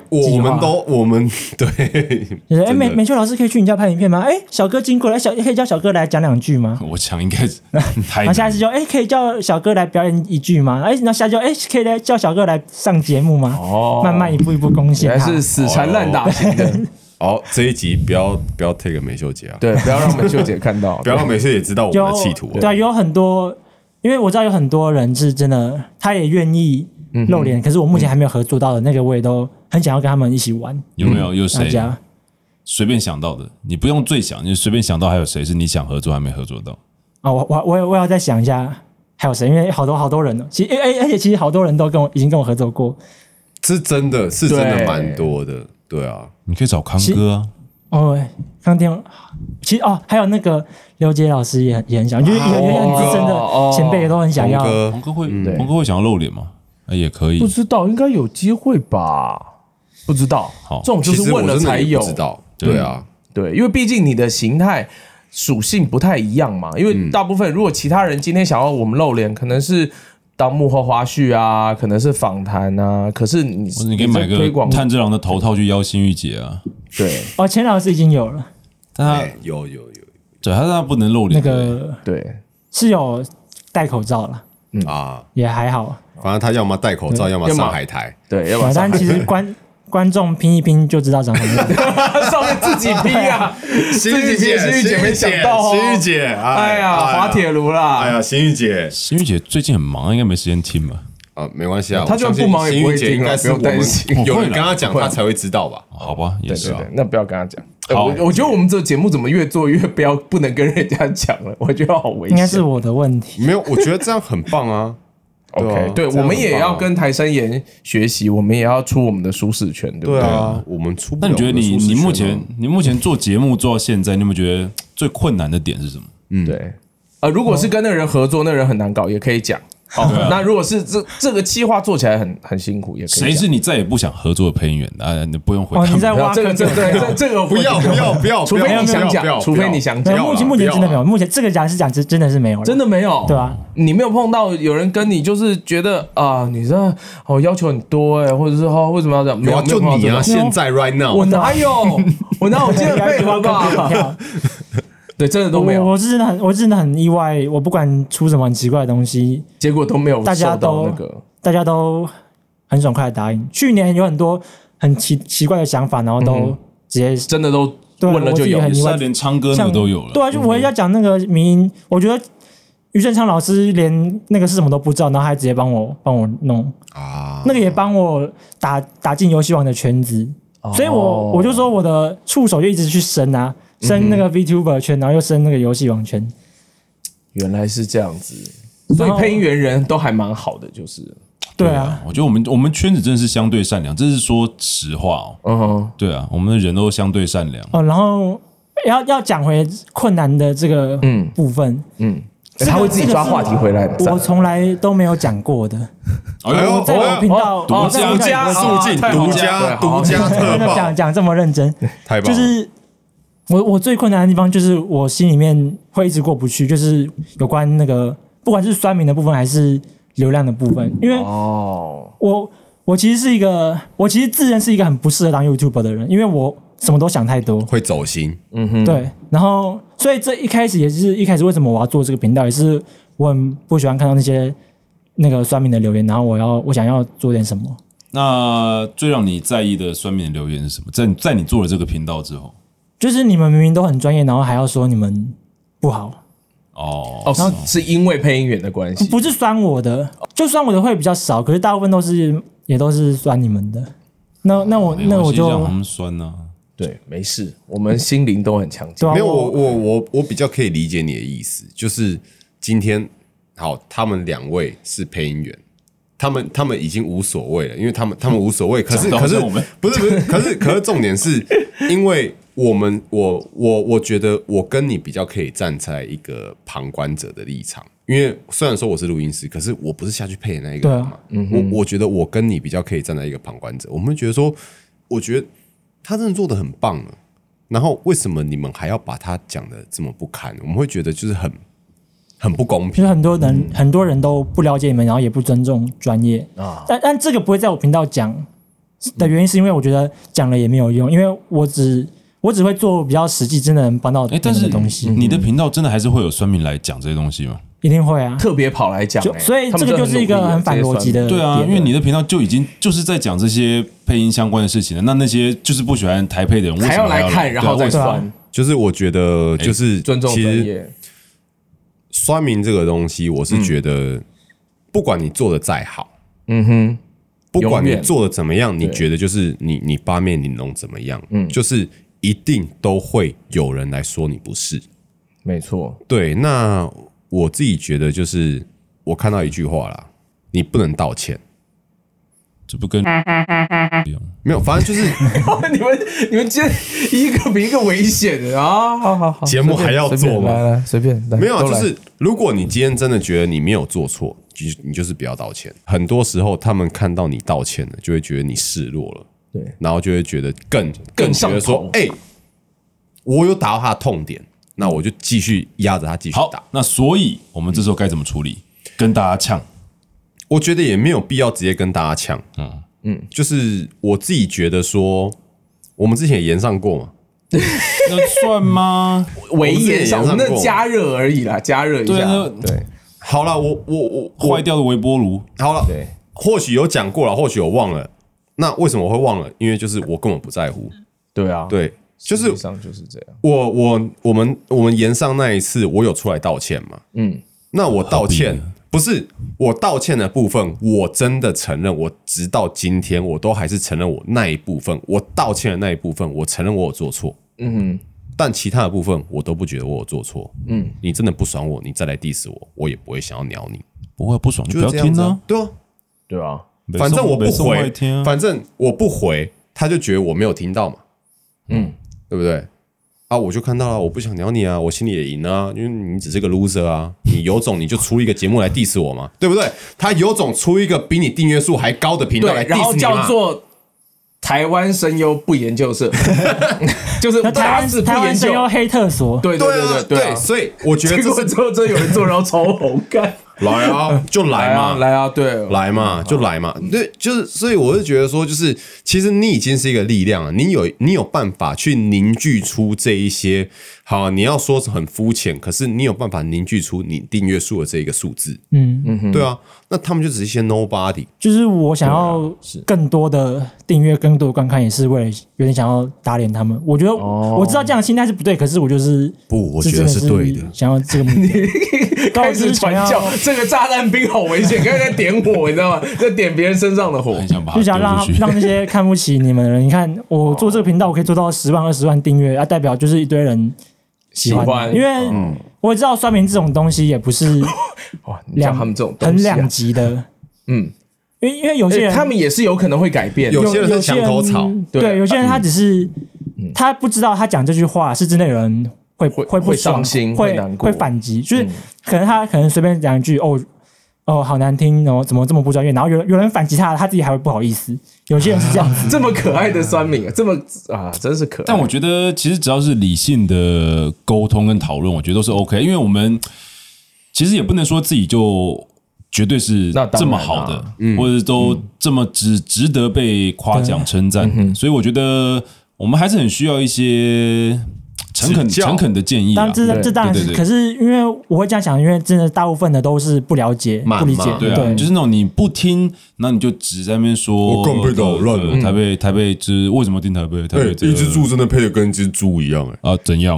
对。 美秀老师可以去你家拍影片吗？小哥经过来，可以叫小哥来讲2句吗？ 我想应该是。 然后下次就可以叫小哥来表演1句吗？那下次就可以来叫小哥来上节目吗？慢慢一步一步攻陷他， 还是死缠烂打型的。 好，这一集不要 take 美秀姐啊， 对，不要让美秀姐看到， 不要让美秀姐知道我们的企图。 对啊，有很多，因为我知道有很多人是真的，他也愿意露脸，可是我目前还没有合作到的那个，我也都很想要跟他们一起玩。 有没有？有谁？随便想到的，你不用最想，你随便想到还有谁是你想合作还没合作到？ 我要再想一下还有谁，因为好多人呢。而且其实好多人都已经跟我合作过， 是真的蛮多的。对啊， 你可以找康哥啊。 康天，其实还有那个刘杰老师也很想，就是有很资深的前辈也都很想要。 鹏哥会想要露脸吗？也可以， 不知道，应该有机会吧？不知道，这种就是问了才有。 不知道，对啊， 对，因为毕竟你的形态属性不太一样嘛。因为大部分如果其他人今天想要我们露脸，可能是当幕后花絮啊，可能是访谈啊，可是你可以买个炭治郎的头套去邀新玉姐啊。 对， 钱老师已经有了， 但他有， 对，他不能露脸。 那个对是有戴口罩了，也还好。 反正他要么戴口罩，要么上海苔， 对，要么。 但其实观众拼一拼就知道长什么样， 上面自己拼啊， 新玉姐没想到，新玉姐， 哎呀，滑铁卢啦， 哎呀，新玉姐最近很忙，应该没时间听吧？ 没关系啊， 他就不忙也不会听， 应该是我们有人跟他讲，他才会知道吧？ 好吧，也是， 那不要跟他讲。我觉得我们这个节目怎么越做越不能跟人家讲了，我觉得好危险。 应该是我的问题， 没有，我觉得这样很棒啊。 OK， 对，我们也要跟台声研学习，我们也要出我们的舒适圈，对不对？ 对啊，我们出不了。 那你觉得你目前做节目做到现在，你有没有觉得最困难的点是什么？ 对，如果是跟那个人合作，那个人很难搞，也可以讲。那如果是这个企划做起来很辛苦，也可以。 谁是你再也不想合作的配音员？你不用回答。 你在挖这个不要， 除非你想讲，除非你想讲。 目前真的没有，目前这个讲真的是没有， 真的没有， 对吧？ 你没有碰到有人跟你就是觉得你这要求很多或者是为什么要这样？没有， 就你啊！现在 right now， 我哪有？我哪有这个配合吧？ 对，真的都没有。 我是真的很意外，我不管出什么很奇怪的东西， 结果都没有受到那个， 大家都很爽快的答应。去年有很多很奇怪的想法，然后都直接真的都问了就有， 现在连唱歌那个都有了。 对啊，就我要讲那个迷因，我觉得于正昌老师连那个是什么都不知道，然后还直接帮我弄啊，那个也帮我打进游戏王的圈子，所以我就说我的触手就一直去升那个 VTuber 圈，然后又升那个游戏王圈。 原来是这样子，所以配音员人都还蛮好的，就是。 对啊， 我觉得我们圈子真的是相对善良，这是说实话哦。对啊，我们的人都相对善良。 然后要讲回困难的这个部分， 他会自己抓话题回来的。 我从来都没有讲过的。我在我频道独家肃静，独家特报， 讲这么认真， 太棒了。 就是我最困难的地方，就是我心里面会一直过不去，就是有关那个不管是酸民的部分还是流量的部分，因为我其实自认是一个很不适合当 YouTuber 的人，因为我什么都想太多， 会走心。 对，然后所以这一开始为什么我要做这个频道，也是我很不喜欢看到那个酸民的留言，然后我想要做点什么。 那最让你在意的酸民的留言是什么？在你做了这个频道之后， 就是你们明明都很专业，然后还要说你们不好。 然后是因为配音员的关系， 不是酸我的，就酸我的会比较少，可是大部分也都是酸你们的。那我就让他们酸啊。 对，没事，我们心灵都很强健。 没有，我比较可以理解你的意思，就是今天好，他们两位是配音员，他们已经无所谓了，因为他们无所谓。可是不是，可是重点是因为我觉得我跟你比较可以站在一个旁观者的立场，因为虽然说我是录音师，可是我不是下去配的那一个人嘛。我觉得我跟你比较可以站在一个旁观者，我们会觉得说，我觉得他真的做得很棒了，然后为什么你们还要把他讲得这么不堪？我们会觉得就是很不公平， 就是很多人都不了解你们，然后也不尊重专业啊。但这个不会在我频道讲的原因，是因为我觉得讲了也没有用，因为我只会做比较实际，真的能帮到你们的东西。 你的频道真的还是会有酸民来讲这些东西吗？ 一定会啊， 特别跑来讲， 所以这个就是一个很反逻辑的。 对啊，因为你的频道就是在讲这些配音相关的事情的，那些就是不喜欢台配的人， 还要来看，然后再酸。 就是我觉得就是尊重专业。 酸民这个东西，我是觉得，不管你做的再好，不管你做的怎么样，你觉得就是你八面玲珑怎么样，就是一定都会有人来说你不是。 没错， 对。那我自己觉得就是我看到一句话啦，你不能道歉。 这不跟没有，反正就是你们今天一个比一个危险的啊！好， 节目还要做吗？ 来随便， 没有，就是如果你今天真的觉得你没有做错，你就是不要道歉。很多时候他们看到你道歉了，就会觉得你示弱了，对，然后就会觉得更觉得说，我有打到他的痛点，那我就继续压着他继续打。 那所以我们这时候该怎么处理？跟大家呛。 我觉得也没有必要直接跟大家呛，就是我自己觉得说，我们之前也延上过嘛， 那算吗？ 微延上，我们那加热而已啦，加热一下。对， 好了，我坏掉的微波炉， 好了，对，或许有讲过了，或许我忘了。那为什么我会忘了？因为就是我根本不在乎。 对啊， 对，就是就是这样。 我们延上那一次，我有出来道歉嘛？那我道歉。不是我道歉的部分，我真的承认，我直到今天我都还是承认我那一部分，我道歉的那一部分，我承认我有做错。但其他的部分我都不觉得我有做错。你真的不爽我，你再来 diss 我，我也不会想要鸟你。 不会不爽就不要听啊。 对啊，反正我不回，反正我不回，他就觉得我没有听到嘛。对不对？啊，我就看到了，我不想鸟你啊，我心里也赢啊，因为你只是个 loser 啊，你有种你就出一个节目来 diss 我嘛，对不对？他有种出一个比你订阅数还高的频道来 diss 你嘛， 然后叫做台湾声优不研究社，就是台湾声优黑特所， 对， 所以我觉得结果之后真有人做，然后超红，干来啊，就来嘛， 来啊，对， 来嘛，就来嘛，对，就是所以我是觉得说，就是其实你已经是一个力量了，你有办法去凝聚出这一些。好，你要说是很肤浅，可是你有办法凝聚出你订阅数的这一个数字，对啊，那他们就只是一些 nobody。 就是我想要更多的订阅、更多的观看，也是为了有点想要打脸他们。我觉得我知道这样的心态是不对，可是我就是不，我觉得是对的。 想要这个目标， 开始传教，这个炸弹兵好危险，刚才在点火，你知道吗？在点别人身上的火， 就想让那些看不起你们的人，你看我做这个频道，我可以做到10万、20万订阅，代表就是一堆人。喜欢，因为我也知道酸民这种东西也不是他们这种很两极的，因为有些人他们也是有可能会改变， 有些人是墙头草， 对，有些人他只是他不知道他讲这句话是真的有人会不伤心， 会反击，就是可能随便讲一句好难听哦，怎么这么不专业？然后有人反击他自己还会不好意思。有些人是这样子， 这么可爱的酸民，这么真是可爱。 但我觉得其实只要是理性的沟通跟讨论，我觉得都是 OK。因为我们其实也不能说自己就绝对是这么好的，或者都这么值得被夸奖称赞。所以我觉得我们还是很需要一些。诚恳的建议， 这当然是，可是因为我会这样想，因为真的大部分的都是不了解、不理解， 对，就是那种你不听，那你就只在那边说， 我更被捣乱了。 台北就是为什么听台北？ 一只猪真的配的跟一只猪一样怎样？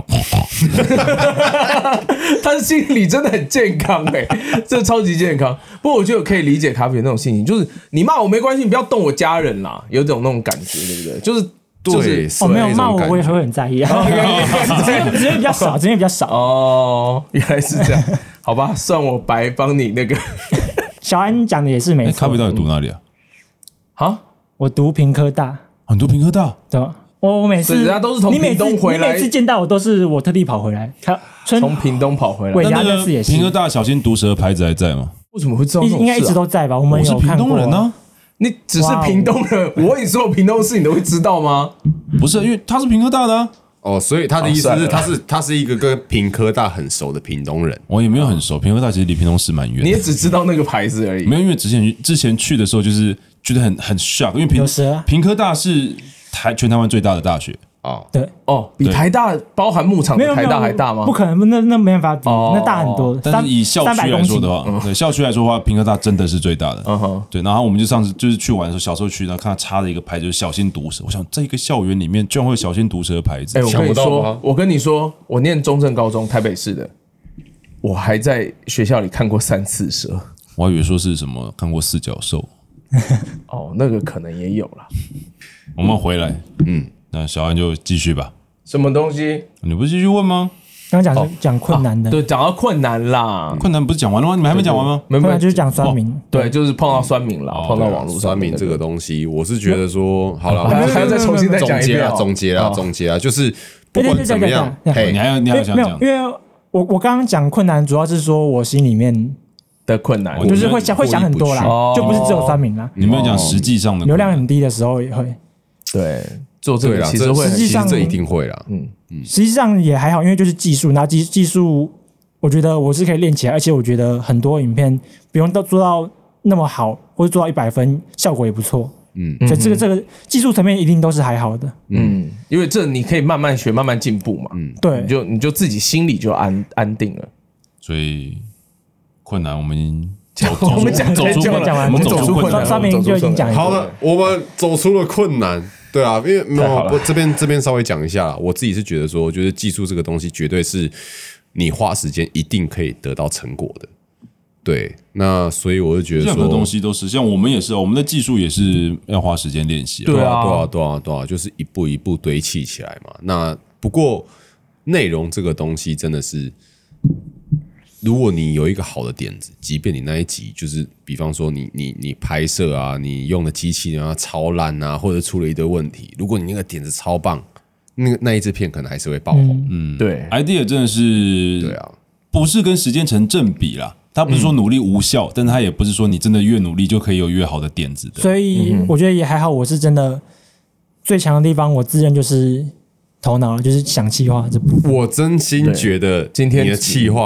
他心理真的很健康这超级健康。不过我觉得我可以理解卡比那种心情，就是你骂我没关系，你不要动我家人啦，有种那种感觉，对不对？就是。 对， 没有骂我也会很在意只是比较少，只是比较少。 哦，原来是这样，好吧，算我白帮你那个。 小安讲的也是没错。 咖啡到底读哪里啊？我读屏科大。 很多屏科大？ 对，我每次人家都是从屏东回来， 你每次见到我都是我特地跑回来， 从屏东跑回来。 尾牙那次也是。 屏科大小心毒蛇的牌子还在吗？ 为什么会知道？ 应该一直都在吧？我们有看过。 我是屏东人呢。 你只是屏东人，我跟你说屏东事你都会知道吗？ 不是，因为他是屏科大的所以他的意思是他是一个跟屏科大很熟的屏东人。 我也没有很熟，屏科大其实离屏东市蛮远。 你也只知道那个牌子而已。 没有，因为之前去的时候就是觉得很 shock， 因为屏科大是全台湾最大的大学。 对比台大包含牧场的台大还大吗？ 不可能，那没办法比，那大很多。 但是以校区来说的话，对校区来说的话，屏科大真的是最大的。对，然后我们就上次就是去玩的时候，小时候去，然后看到插了一个牌子，就是小心毒蛇。我想在一个校园里面居然会有小心毒蛇的牌子。 我跟你说，我念中正高中，台北市的，我还在学校里看过3次蛇。 我还以为说是什么看过四脚兽。 那个可能也有啦。 我们回来，那小安就继续吧。 什么东西？ 你不是继续问吗？ 刚讲困难的， 对，讲到困难啦。 困难不是讲完了吗？你们还没讲完吗？ 困难就是讲酸民， 对，就是碰到酸民了，碰到网络酸民这个东西，我是觉得说，好了， 还要再重新再讲一遍。 总结啊，就是不管怎么样， 你还要想讲？ 因为我刚刚讲困难，主要是说我心里面的困难， 就是会想很多啦，就不是只有酸民啦。 你没有讲实际上的流量很低的时候也会。 对。做这个其实会， 其实这一定会啦。 实际上也还好，因为就是技术，然后技术，我觉得我是可以练起来，而且我觉得很多影片不用都做到那么好，或者做到100分，效果也不错。所以这个技术层面一定都是还好的。 因为这你可以慢慢学，慢慢进步嘛。 对， 你就自己心里就安定了。 所以困难我们讲完，我们走出困难，上面就已经讲好了，我们走出了困难。对啊，因为我这边稍微讲一下，我自己是觉得说，我觉得技术这个东西绝对是你花时间一定可以得到成果的。对，那所以我就觉得说， 任何东西都是，像我们也是，我们的技术也是要花时间练习。 对啊，就是一步一步堆砌起来嘛。那不过内容这个东西真的是。如果你有一个好的点子，即便你那一集就是，比方说你拍摄啊，你用的机器人超烂啊，或者出了一堆问题，如果你那个点子超棒，那一支片可能还是会爆红。 对 ，idea 真的是， 对啊， 不是跟时间成正比啦。他不是说努力无效，但是他也不是说你真的越努力就可以有越好的点子的。 所以我觉得也还好，我是真的最强的地方，我自认就是头脑，就是想企划这部分。 我真心觉得今天你的企划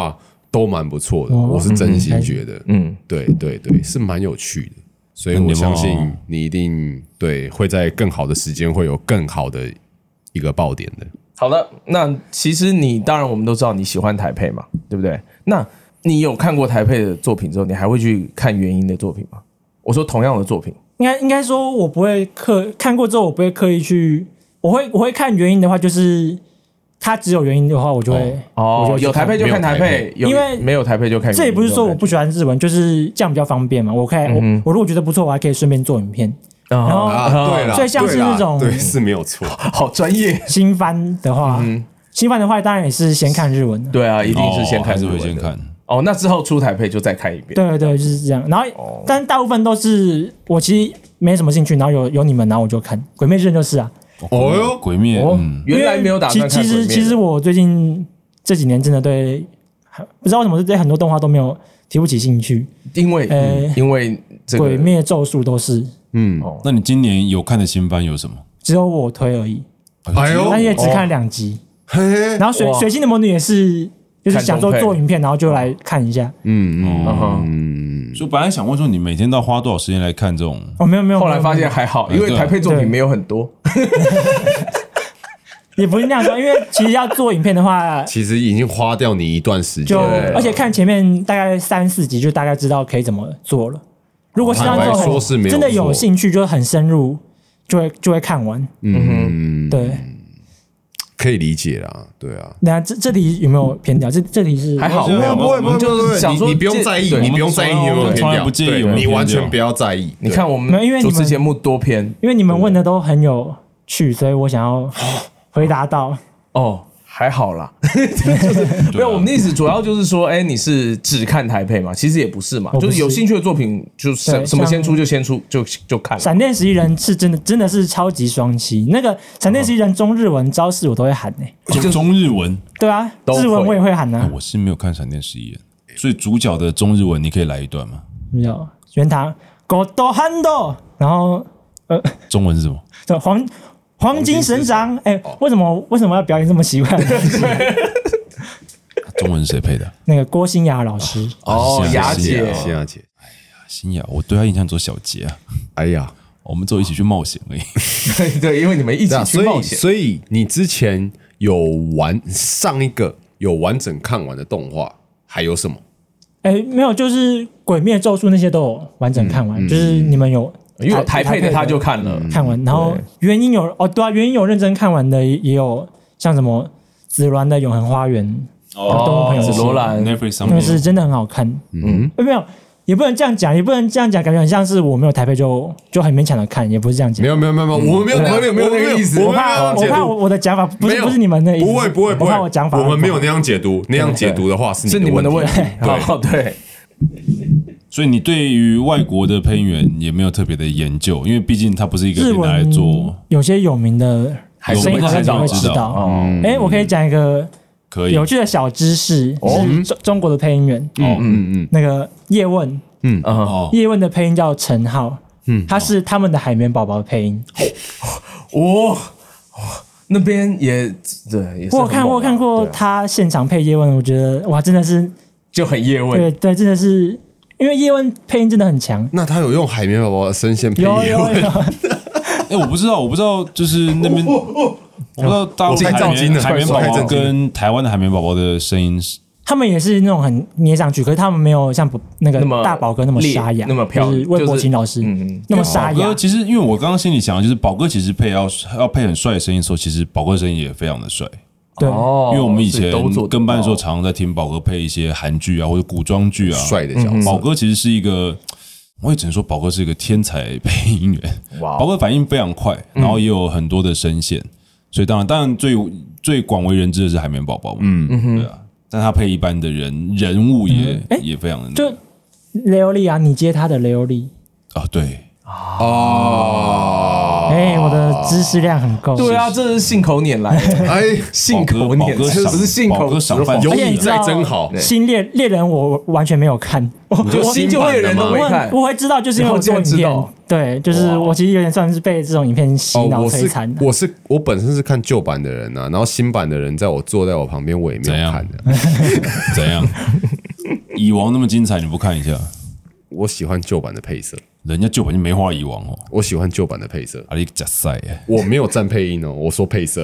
都蛮不错的，我是真心觉得，对对对，是蛮有趣的，所以我相信你一定对会在更好的时间会有更好的一个爆点的。 好的，那其实当然我们都知道你喜欢台配嘛，对不对？那你有看过台配的作品之后，你还会去看原音的作品吗？我说同样的作品， 应该说，我不会看过之后，我不会刻意去，我会看原音的话，就是它只有原音的话，我就会有台配就看台配， 因为没有台配就看原音。 这也不是说我不喜欢日文，就是这样比较方便嘛。我如果觉得不错，我还可以顺便做影片。然后对啦， 所以像是那种对是没有错， 好专业。 新番的话，当然也是先看日文的。 对啊，一定是先看日文的。 先看。 那之后出台配就再看一遍。 对对，就是这样。然后，但大部分都是我其实没什么兴趣，然后有你们，然后我就看《鬼灭之刃》就是啊。 哦哟， 鬼灭， 原来没有打算看鬼灭。 其实我最近这几年真的对，不知道为什么对很多动画都没有提不起兴趣， 因为这个鬼灭、咒术都是。 那你今年有看的新番有什么？ 只有我推而已。 哎呦， 但也只看2集。然后水星的魔女也是，就是想说做影片，然后就来看一下。 所以本来想问说，你每天都要花多少时间来看这种？ 没有， 后来发现还好，因为台配作品没有很多。 也不是那样说，因为其实要做影片的话， 其实已经花掉你一段时间， 而且看前面大概3-4集，就大概知道可以怎么做了。如果是那种真的有兴趣，就很深入，就会看完。对。 可以理解啦，对啊。 那这题有没有偏掉？这题是还好， 不会， 就是想说你不用在意，你不用在意有没有偏掉， 不介意， 你完全不要在意。 你看我们主持节目多偏， 因为你们问的都很有趣，所以我想要回答到。 还好啦，就是没有我们的意思，主要就是说，你是只看台配嘛？其实也不是嘛，就是有兴趣的作品，就什么先出就先出，就看。 闪电11人是真的是超级双栖，那个闪电11人中日文招式我都会喊中日文， 对啊，日文我也会喊啊。 我是没有看闪电11人，所以主角的中日文你可以来一段吗？ 有原堂狗多汉多，然后中文是什么？ 黄金神掌，为什么要表演这么奇怪的东西？ 中文是谁配的？ 那个郭心雅老师。 雅姐， 新雅姐。 哎呀，新雅，我对她印象只有小杰啊。 哎呀， 我们只有一起去冒险而已。 对，因为你们一起去冒险， 所以你之前上一个有完整看完的动画还有什么？ 没有，就是《鬼灭》《咒术》那些都有完整看完，就是你们有。 因为有台配的他就看完，然后原音有对啊，原音有认真看完的也有，像什么紫鸾的《永恒花园》动物朋友紫罗兰， 那个是真的很好看。没有，也不能这样讲，感觉很像是我没有台配就很勉强的看，也不是这样讲。 没有，我们没有那个意思。 我怕我的讲法不是你们的意思。 不会， 我怕我讲法， 我们没有那样解读，那样解读的话是你们的问题。对。 所以你对于外国的配音员也没有特别的研究，因为毕竟它不是一个拿来做。 有些有名的声音好像会知道。我可以讲一个有趣的小知识，是中国的配音员。那个叶问，叶问的配音叫陈浩，他是他们的海绵宝宝的配音。 那边也对， 我有看过他现场配叶问，我觉得哇，真的是就很叶问。 对，真的是。因为叶问配音真的很强， 那他有用海绵宝宝的声线配音？ 有。 我不知道，就是那边我不知道大陆海绵宝宝跟台湾的海绵宝宝的声音是， 他们也是那种很捏上去，可是他们没有像那个大宝哥那么沙哑， 那么漂亮， 就是魏国琴老师那么沙哑。 其实因为我刚刚心里想的就是，宝哥其实要配很帅的声音的时候，其实宝哥的声音也非常的帅。 对，因为我们以前跟班的时候，常常在听宝哥配一些韩剧啊或者古装剧啊， 帅的角色。 宝哥其实是一个，我也只能说宝哥是一个天才配音员。宝哥反应非常快，然后也有很多的声线，所以当然最广为人知的是海绵宝宝嘛，对啊。但他配一般的人物也非常的就雷欧利啊，你接他的雷欧利啊，对。 我的知识量很够。 对啊，这是信口拈来。信口拈来，不是信口实话。 有你在真好。 新猎人我完全没有看， 新猎人都没看， 我会知道，就是因为我做影片。对，就是我其实有点算是被这种影片洗脑摧残。 我本身是看旧版的人啊，然后新版的人坐在我旁边，我也没有看的。 怎样？ 蚁王那么精彩，你不看一下？ 我喜欢旧版的配色， 人家旧版就没画蚁王哦。 我喜欢旧版的配色。 啊，你假赛耶！ 我没有站配音哦，我说配色。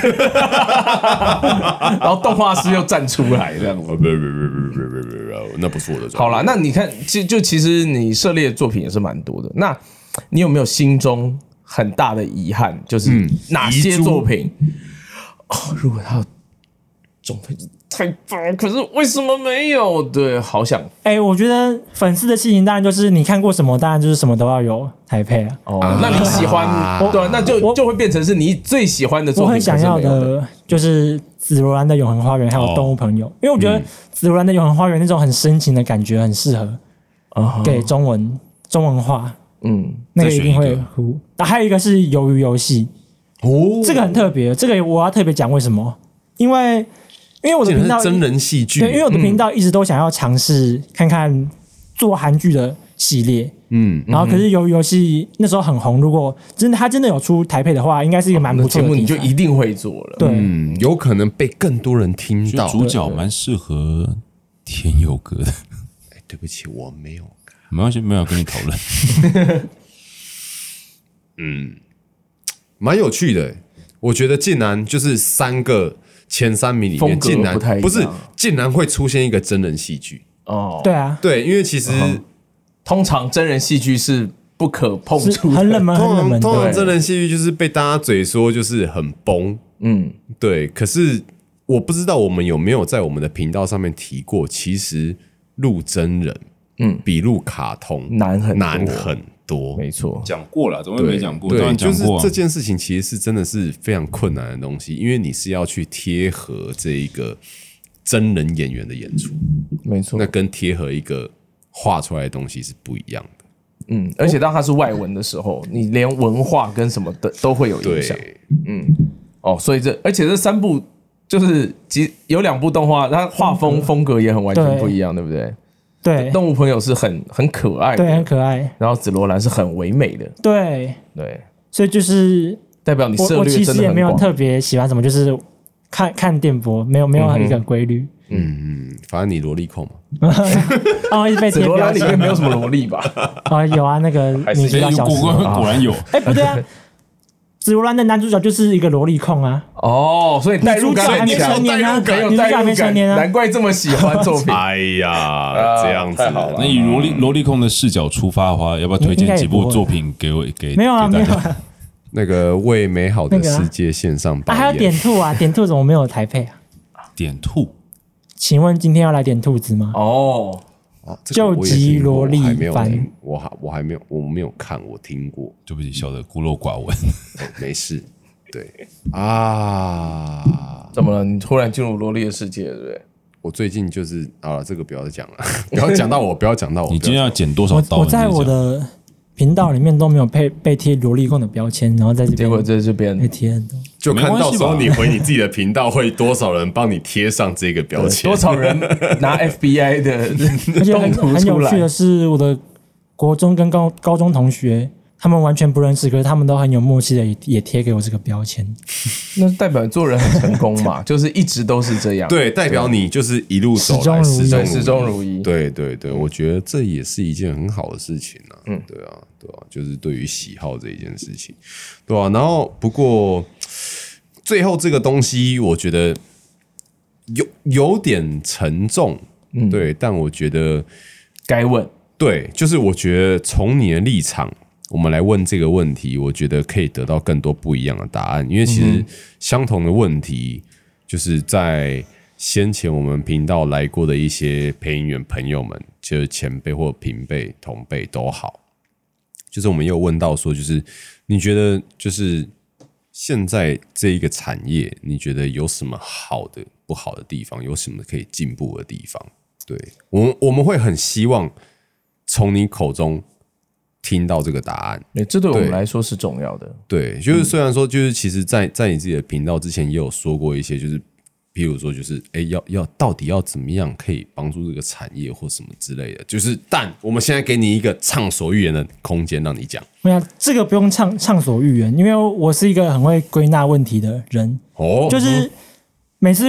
然后动画师又站出来这样子。 不，那不是我的专业。 好啦，那你看，其实你涉猎的作品也是蛮多的。那你有没有心中很大的遗憾？就是哪些作品？如果他有中配太棒，可是为什么没有？对，好想。 我觉得粉丝的心情当然就是你看过什么，当然就是什么都要有台配啊。 那你喜欢对，那就会变成是你最喜欢的作品。 我很想要的就是紫罗兰的永恒花园，还有动物朋友，因为我觉得紫罗兰的永恒花园那种很深情的感觉很适合给中文化。那个一定会哭。还有一个是鱿鱼游戏，这个很特别，这个我要特别讲为什么？因为我的频道真人戏剧， 对，因为我的频道一直都想要尝试看看做韩剧的系列，然后可是鱿鱼游戏那时候很红，如果他真的有出台配的话，应该是一个蛮不错的题材， 你就一定会做了。 对， 有可能被更多人听到。 主角蛮适合天佑哥的。 对不起，我没有看， 没关系，没有跟你讨论。 蛮有趣的。我觉得竟然就是3个前3名里面，竟然不是，竟然会出现一个真人戏剧。 对啊， 对，因为其实通常真人戏剧是不可碰触的， 很冷门，很冷门。 通常真人戏剧就是被大家嘴说就是很崩，对。可是我不知道我们有没有在我们的频道上面提过，其实录真人，比录卡通难很多， 没错， 讲过了，怎么会没讲过？ 对，就是这件事情其实是真的是非常困难的东西，因为你是要去贴合这一个真人演员的演出， 没错， 那跟贴合一个画出来的东西是不一样的。 而且当它是外文的时候，你连文化跟什么的都会有影响。所以而且这3部就是有2部动画，它画风格也很完全不一样，对不对？ 对， 动物朋友是很可爱的， 对，很可爱。 然后紫罗兰是很唯美的， 对，所以就是代表你涉我其猎真的很广。 实也没有特别喜欢什么，就是看电波，没有一个规律。 反正你萝莉控嘛。 一直被紫罗兰里面没有什么萝莉吧？ 有啊，那个你知道小时候果然有。 不对啊。紫罗兰的男主角就是一个萝莉控啊！ 所以代入感很强， 女主角还没成年啊， 难怪这么喜欢作品。 哎呀，这样子， 那以萝莉控的视角出发的话，要不要推荐几部作品给没有啊，没有啊。 那个为美好的世界献上宝还有点兔啊，点兔怎么没有台配啊？ 点兔， 请问今天要来点兔子吗？救急萝莉番， 我没有看，我听过， 对不起，小的孤陋寡闻， 没事。对怎么了？你突然进入萝莉的世界，对不对？ 我最近就是这个不要再讲了，不要讲到我，不要讲到我。 你今天要剪多少刀？ 我在我的频道里面都没有被贴萝莉控的标签，然后在这边， 结果在这边被贴很多。 就看到时候你回你自己的频道，会多少人帮你贴上这个标签？ 多少人拿 FBI 的动图很出来？ 有趣的是，我的国中跟高中同学，他们完全不认识，可是他们都很有默契的也贴给我这个标签。 那代表做人很成功嘛，就是一直都是这样。 对，代表你就是一路走来始终如一。 对，我觉得这也是一件很好的事情啊。对啊，就是对于喜好这一件事情，对啊。然后不过最后这个东西，我觉得有点沉重，对，但我觉得该问。 对，就是我觉得从你的立场，我们来问这个问题，我觉得可以得到更多不一样的答案。因为其实相同的问题，就是在先前我们频道来过的一些配音员朋友们，就是前辈或平辈、同辈都好，就是我们也有问到说，就是你觉得就是现在这一个产业，你觉得有什么好的、不好的地方？有什么可以进步的地方？对，我们会很希望从你口中听到这个答案， 这对我们来说是重要的。 对，就是虽然说，就是其实在你自己的频道之前也有说过一些，就是譬如说，就是要到底要怎么样可以帮助这个产业或什么之类的，就是但我们现在给你一个畅所欲言的空间，让你讲。 没有，这个不用畅所欲言，因为我是一个很会归纳问题的人。就是每次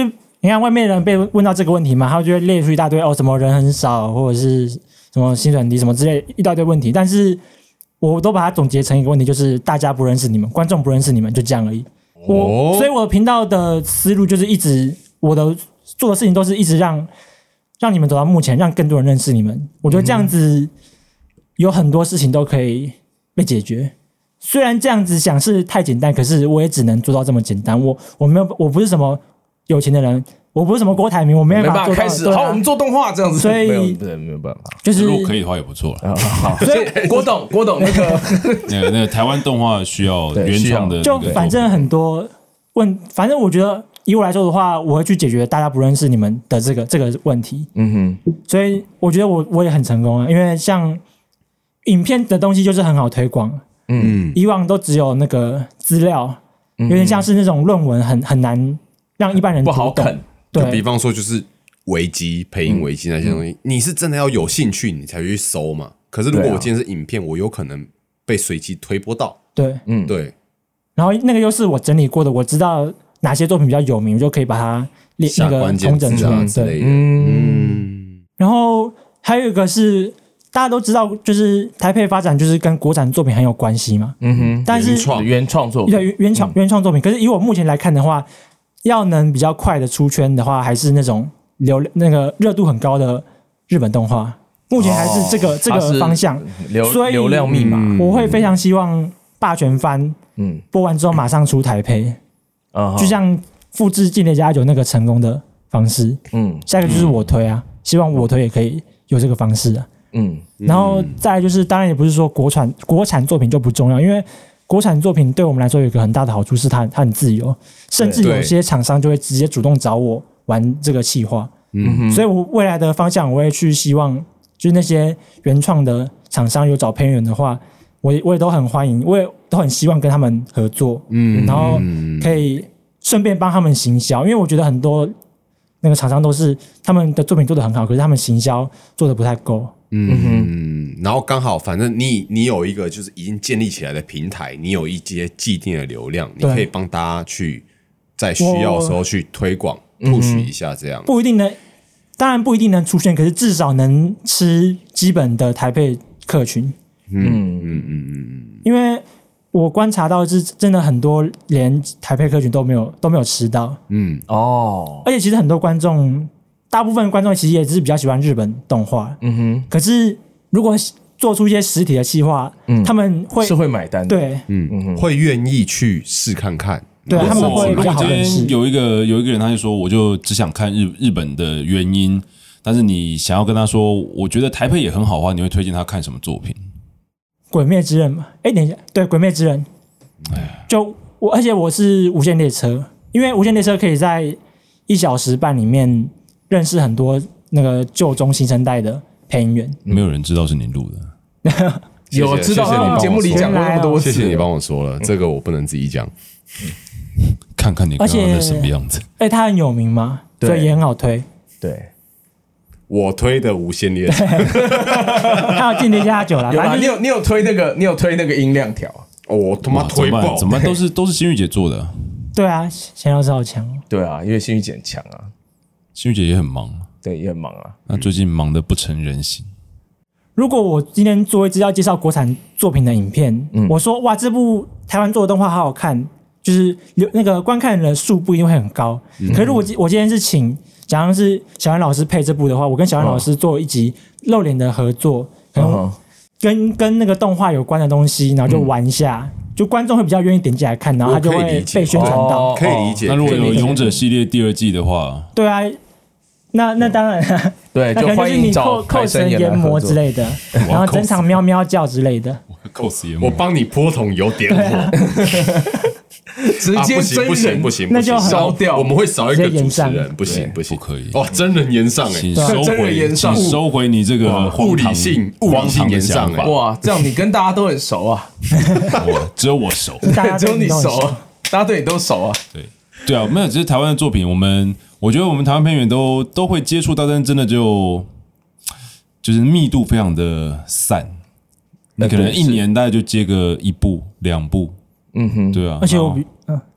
你看外面人被问到这个问题嘛，他就会列出一大堆什么人很少，或者是什么薪水很低什么之类一大堆问题，但是我都把它总结成一个问题，就是大家不认识你们，观众不认识你们，就这样而已。所以我的频道的思路就是一直我的做的事情都是一直让你们走到目前，让更多人认识你们。我觉得这样子有很多事情都可以被解决。虽然这样子想是太简单，可是我也只能做到这么简单。我不是什么有钱的人，我不是什么郭台铭，我没办法做到开始。好，我们做动画这样子， 所以没有办法。 就是如果可以的话也不错了。 好，所以郭董那个台湾动画需要原创的， 就反正很多反正我觉得以我来说的话，我会去解决大家不认识你们的这个问题。所以我觉得我也很成功啊，因为像影片的东西就是很好推广。以往都只有那个资料，有点像是那种论文，很难让一般人不好啃。 对，比方说就是维基、配音维基那些东西，你是真的要有兴趣你才会去搜嘛。可是如果我今天是影片，我有可能被随机推播到。 对， 对。 然后那个又是我整理过的，我知道哪些作品比较有名，我就可以把它那个统整出来之类的。 然后还有一个是大家都知道，就是台配发展就是跟国产作品很有关系嘛。但是原创作品， 对原创作品，可是以我目前来看的话，要能比较快的出圈的话，还是那种那个热度很高的日本动画。目前还是这个方向，所以流量密码， 我会非常希望霸权番播完之后马上出台配，就像复制《间谍家9》那个成功的方式。下一个就是我推啊，希望我推也可以有这个方式啊。然后再来就是，当然也不是说国产作品就不重要，因为国产作品对我们来说有一个很大的好处是它很自由，甚至有些厂商就会直接主动找我玩这个企划。所以我未来的方向我会去希望，就是那些原创的厂商有找配音员的话，我也都很欢迎，我也都很希望跟他们合作。然后可以顺便帮他们行销，因为我觉得很多那个厂商都是他们的作品做得很好，可是他们行销做得不太够。 然后刚好，反正你有一个就是已经建立起来的平台，你有一些既定的流量，你可以帮大家去在需要的时候去推广、push 一下，这样不一定能，当然不一定能出现，可是至少能吃基本的台配客群。因为我观察到是真的很多连台配客群都没有吃到。而且其实很多观众。大部分观众其实也是比较喜欢日本动画，可是如果做出一些实体的企划，他们会买单的， 对， 会愿意去试看看， 对，他们会比较好认识。 有一个人他就说，我就只想看日本的原因，但是你想要跟他说，我觉得台配也很好的话，你会推荐他看什么作品？ 鬼灭之刃嘛，等一下，对，鬼灭之刃，而且我是无限列车，因为无限列车可以在1小时半里面。认识很多那个旧中新生代的配音员， 没有人知道是你录的。 有知道在节目里讲过那么多次， 谢谢你帮我说了，这个我不能自己讲。 看看你刚刚的什么样子？ 他很有名嘛，所以也很好推。 对， 我推的无限列车， 他有间谍家9啦。 有啦，你有推那个音量条？ 我他妈推爆！ 怎么都是新玉姐做的？ 对啊，钱老师好强。 对啊，因为新玉姐很强啊。 新玉姐也很忙， 对，也很忙啊。 那最近忙得不成人形。 如果我今天做一支要介绍国产作品的影片，我说哇，这部台湾做的动画好好看，就是那个观看的数不一定会很高。可是如果我今天是请，假如是小安老师配这部的话，我跟小安老师做一集露脸的合作，可能跟那个动画有关的东西，然后就玩一下。就观众会比较愿意点进来看，然后他就会被宣传到， 可以理解。 那如果有勇者系列第2季的话， 对啊，那当然， 对，就欢迎找扣神研磨之类的，然后整场喵喵叫之类的， 扣死研磨， 我帮你泼桶油点火， 直接真人不行， 那就烧掉， 我们会少一个主持人，不行， 不可以哦，真人延上请收回你这个物理性延上哇，这样你跟大家都很熟啊， 只有我熟， 只有你熟啊，大家对你都熟啊， 对啊，没有，只是台湾的作品，我觉得我们台湾配音员都会接触到，但是真的就是密度非常的散，你可能1年大概就接个1部2部，对啊， 而且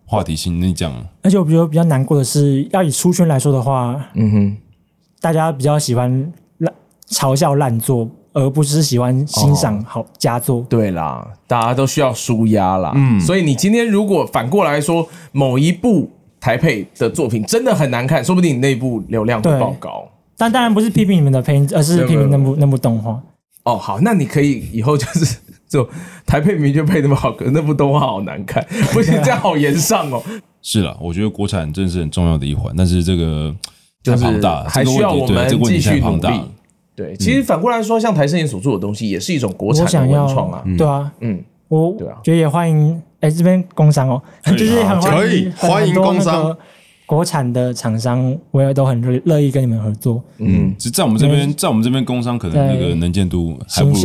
话题性，你讲。 而且我觉得比较难过的是，要以出圈来说的话，大家比较喜欢嘲笑烂作，而不是喜欢欣赏好佳作。 对啦，大家都需要抒压啦。所以你今天如果反过来说，某一部台配的作品真的很难看，说不定你那部流量会爆高。 但当然不是批评你们的配音，而是批评那部动画。 哦，好，那你可以以后就是就台配明就配那么好，可是那部动画好难看，不行，这样好严上哦。 是啦，我觉得国产真是很重要的一环，但是这个太庞大了， 还需要我们继续努力。对，其实反过来说，像台声演所做的东西，也是一种国产的文创啊。 对啊，我觉得也欢迎，这边工商哦，就是很欢迎工商。 国产的厂商，我也都很乐意跟你们合作。 只在我们这边工商可能那个能见度还不如。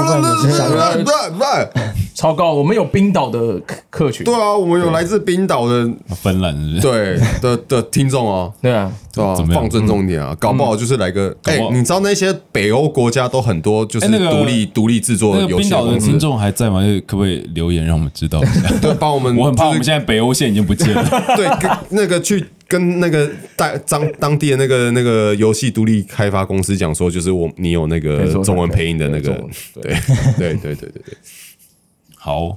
超高。我们有冰岛的客群， 对啊，我们有来自冰岛的、 芬兰对的听众哦。 对啊， 放尊重一点啊，搞不好就是来个你知道那些北欧国家都很多就是独立制作游戏。冰岛的听众还在吗？可不可以留言让我们知道一下？ 对，帮我们。 我很怕我们现在北欧线已经不见了。 对，那个去。跟那个当地的那个游戏独立开发公司讲说，就是你有那个中文配音的那个，对，好，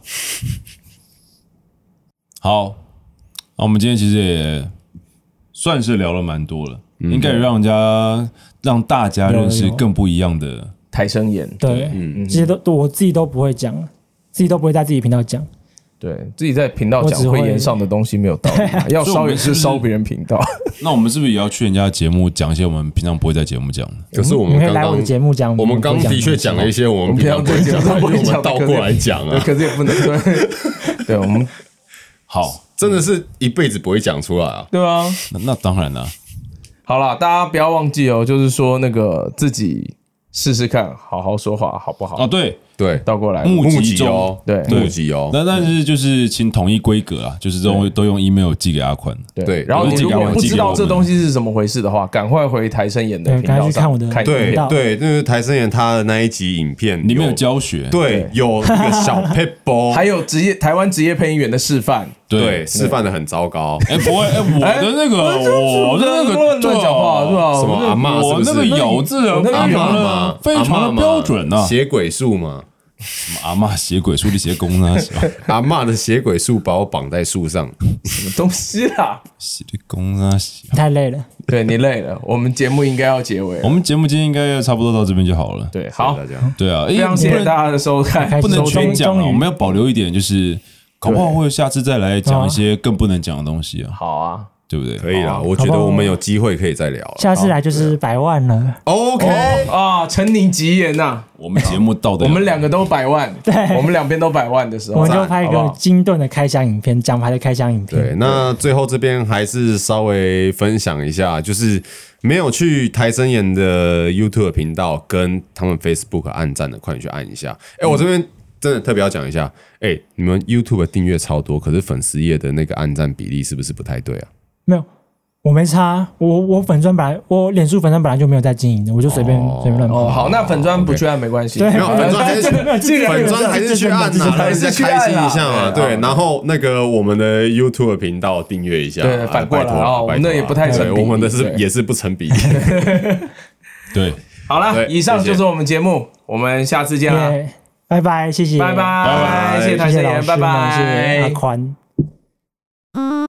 那我们今天其实也算是聊了蛮多了，应该让大家认识更不一样的台声演。 对，这些都我自己都不会讲，自己都不会在自己频道讲。 对自己在频道讲会言上的东西没有道理，要烧也是烧别人频道。 那我们是不是也要去人家节目讲一些我们平常不会在节目讲的？ 可是我们刚刚来我的节目讲， 我们刚的确讲了一些我们平常不会讲的，我们倒过来讲啊。 可是也不能对，我们好， 真的是一辈子不会讲出来啊。 对啊， 那当然了。 好啦，大家不要忘记哦，就是说那个自己试试看，好好说话好不好？ 哦，对， 倒过来募集哦，对，募集哦。 但是就是请统一规格啊，就是都用 email 寄给阿宽。 对，然后你如果不知道这东西是怎么回事的话，赶快回台声演的频道上看。 对，就是台声演他的那一集影片里面有教学， 对，有那个小 paper， 还有台湾职业配音员的示范。 对，示范的很糟糕。 不会，我的那个乱讲话是吧？ 什么阿嬷？ 我那个咬字非常的标准啊， 写鬼术嘛。 什么阿嬷写鬼术的写功呢？ 阿嬷的写鬼术把我绑在树上， 什么东西啦？ 写的功啊， 太累了。 对你累了，我们节目应该要结尾了。 我们节目今天应该差不多到这边就好了。 对，好， 对啊， 非常谢谢大家的收看， 不能全讲啊，我们要保留一点，就是搞不好会下次再来讲一些更不能讲的东西啊。 好啊。 对不对？ 可以啦，我觉得我们有机会可以再聊。 下次来就是100万了。 OK 啊，承你吉言呐！ 我们节目到的， 我们两个都100万， 对， 我们两边都100万的时候， 我们就拍一个精炖的开箱影片，奖牌的开箱影片。 对，那最后这边还是稍微分享一下，就是没有去台声演的 YouTube 频道跟他们 Facebook 按赞的，快点去按一下。我这边真的特别要讲一下，你们 YouTube 订阅超多，可是粉丝页的那个按赞比例是不是不太对啊？ 没有，我没差。我粉专我脸书粉专本来就没有在经营的，我就随便乱拍。 好，那粉专不去按没关系。 对， 没有粉专还是去按呐，让人家开心一下嘛。对，然后那个我们的 YouTube 频道订阅一下。 对，反过来我们那也不太成比例， 我们的也是不成比例。 对， 好了，以上就是我们节目，我们下次见了， 拜拜，谢谢， 拜拜，谢谢台声演，拜拜， 谢谢阿宽。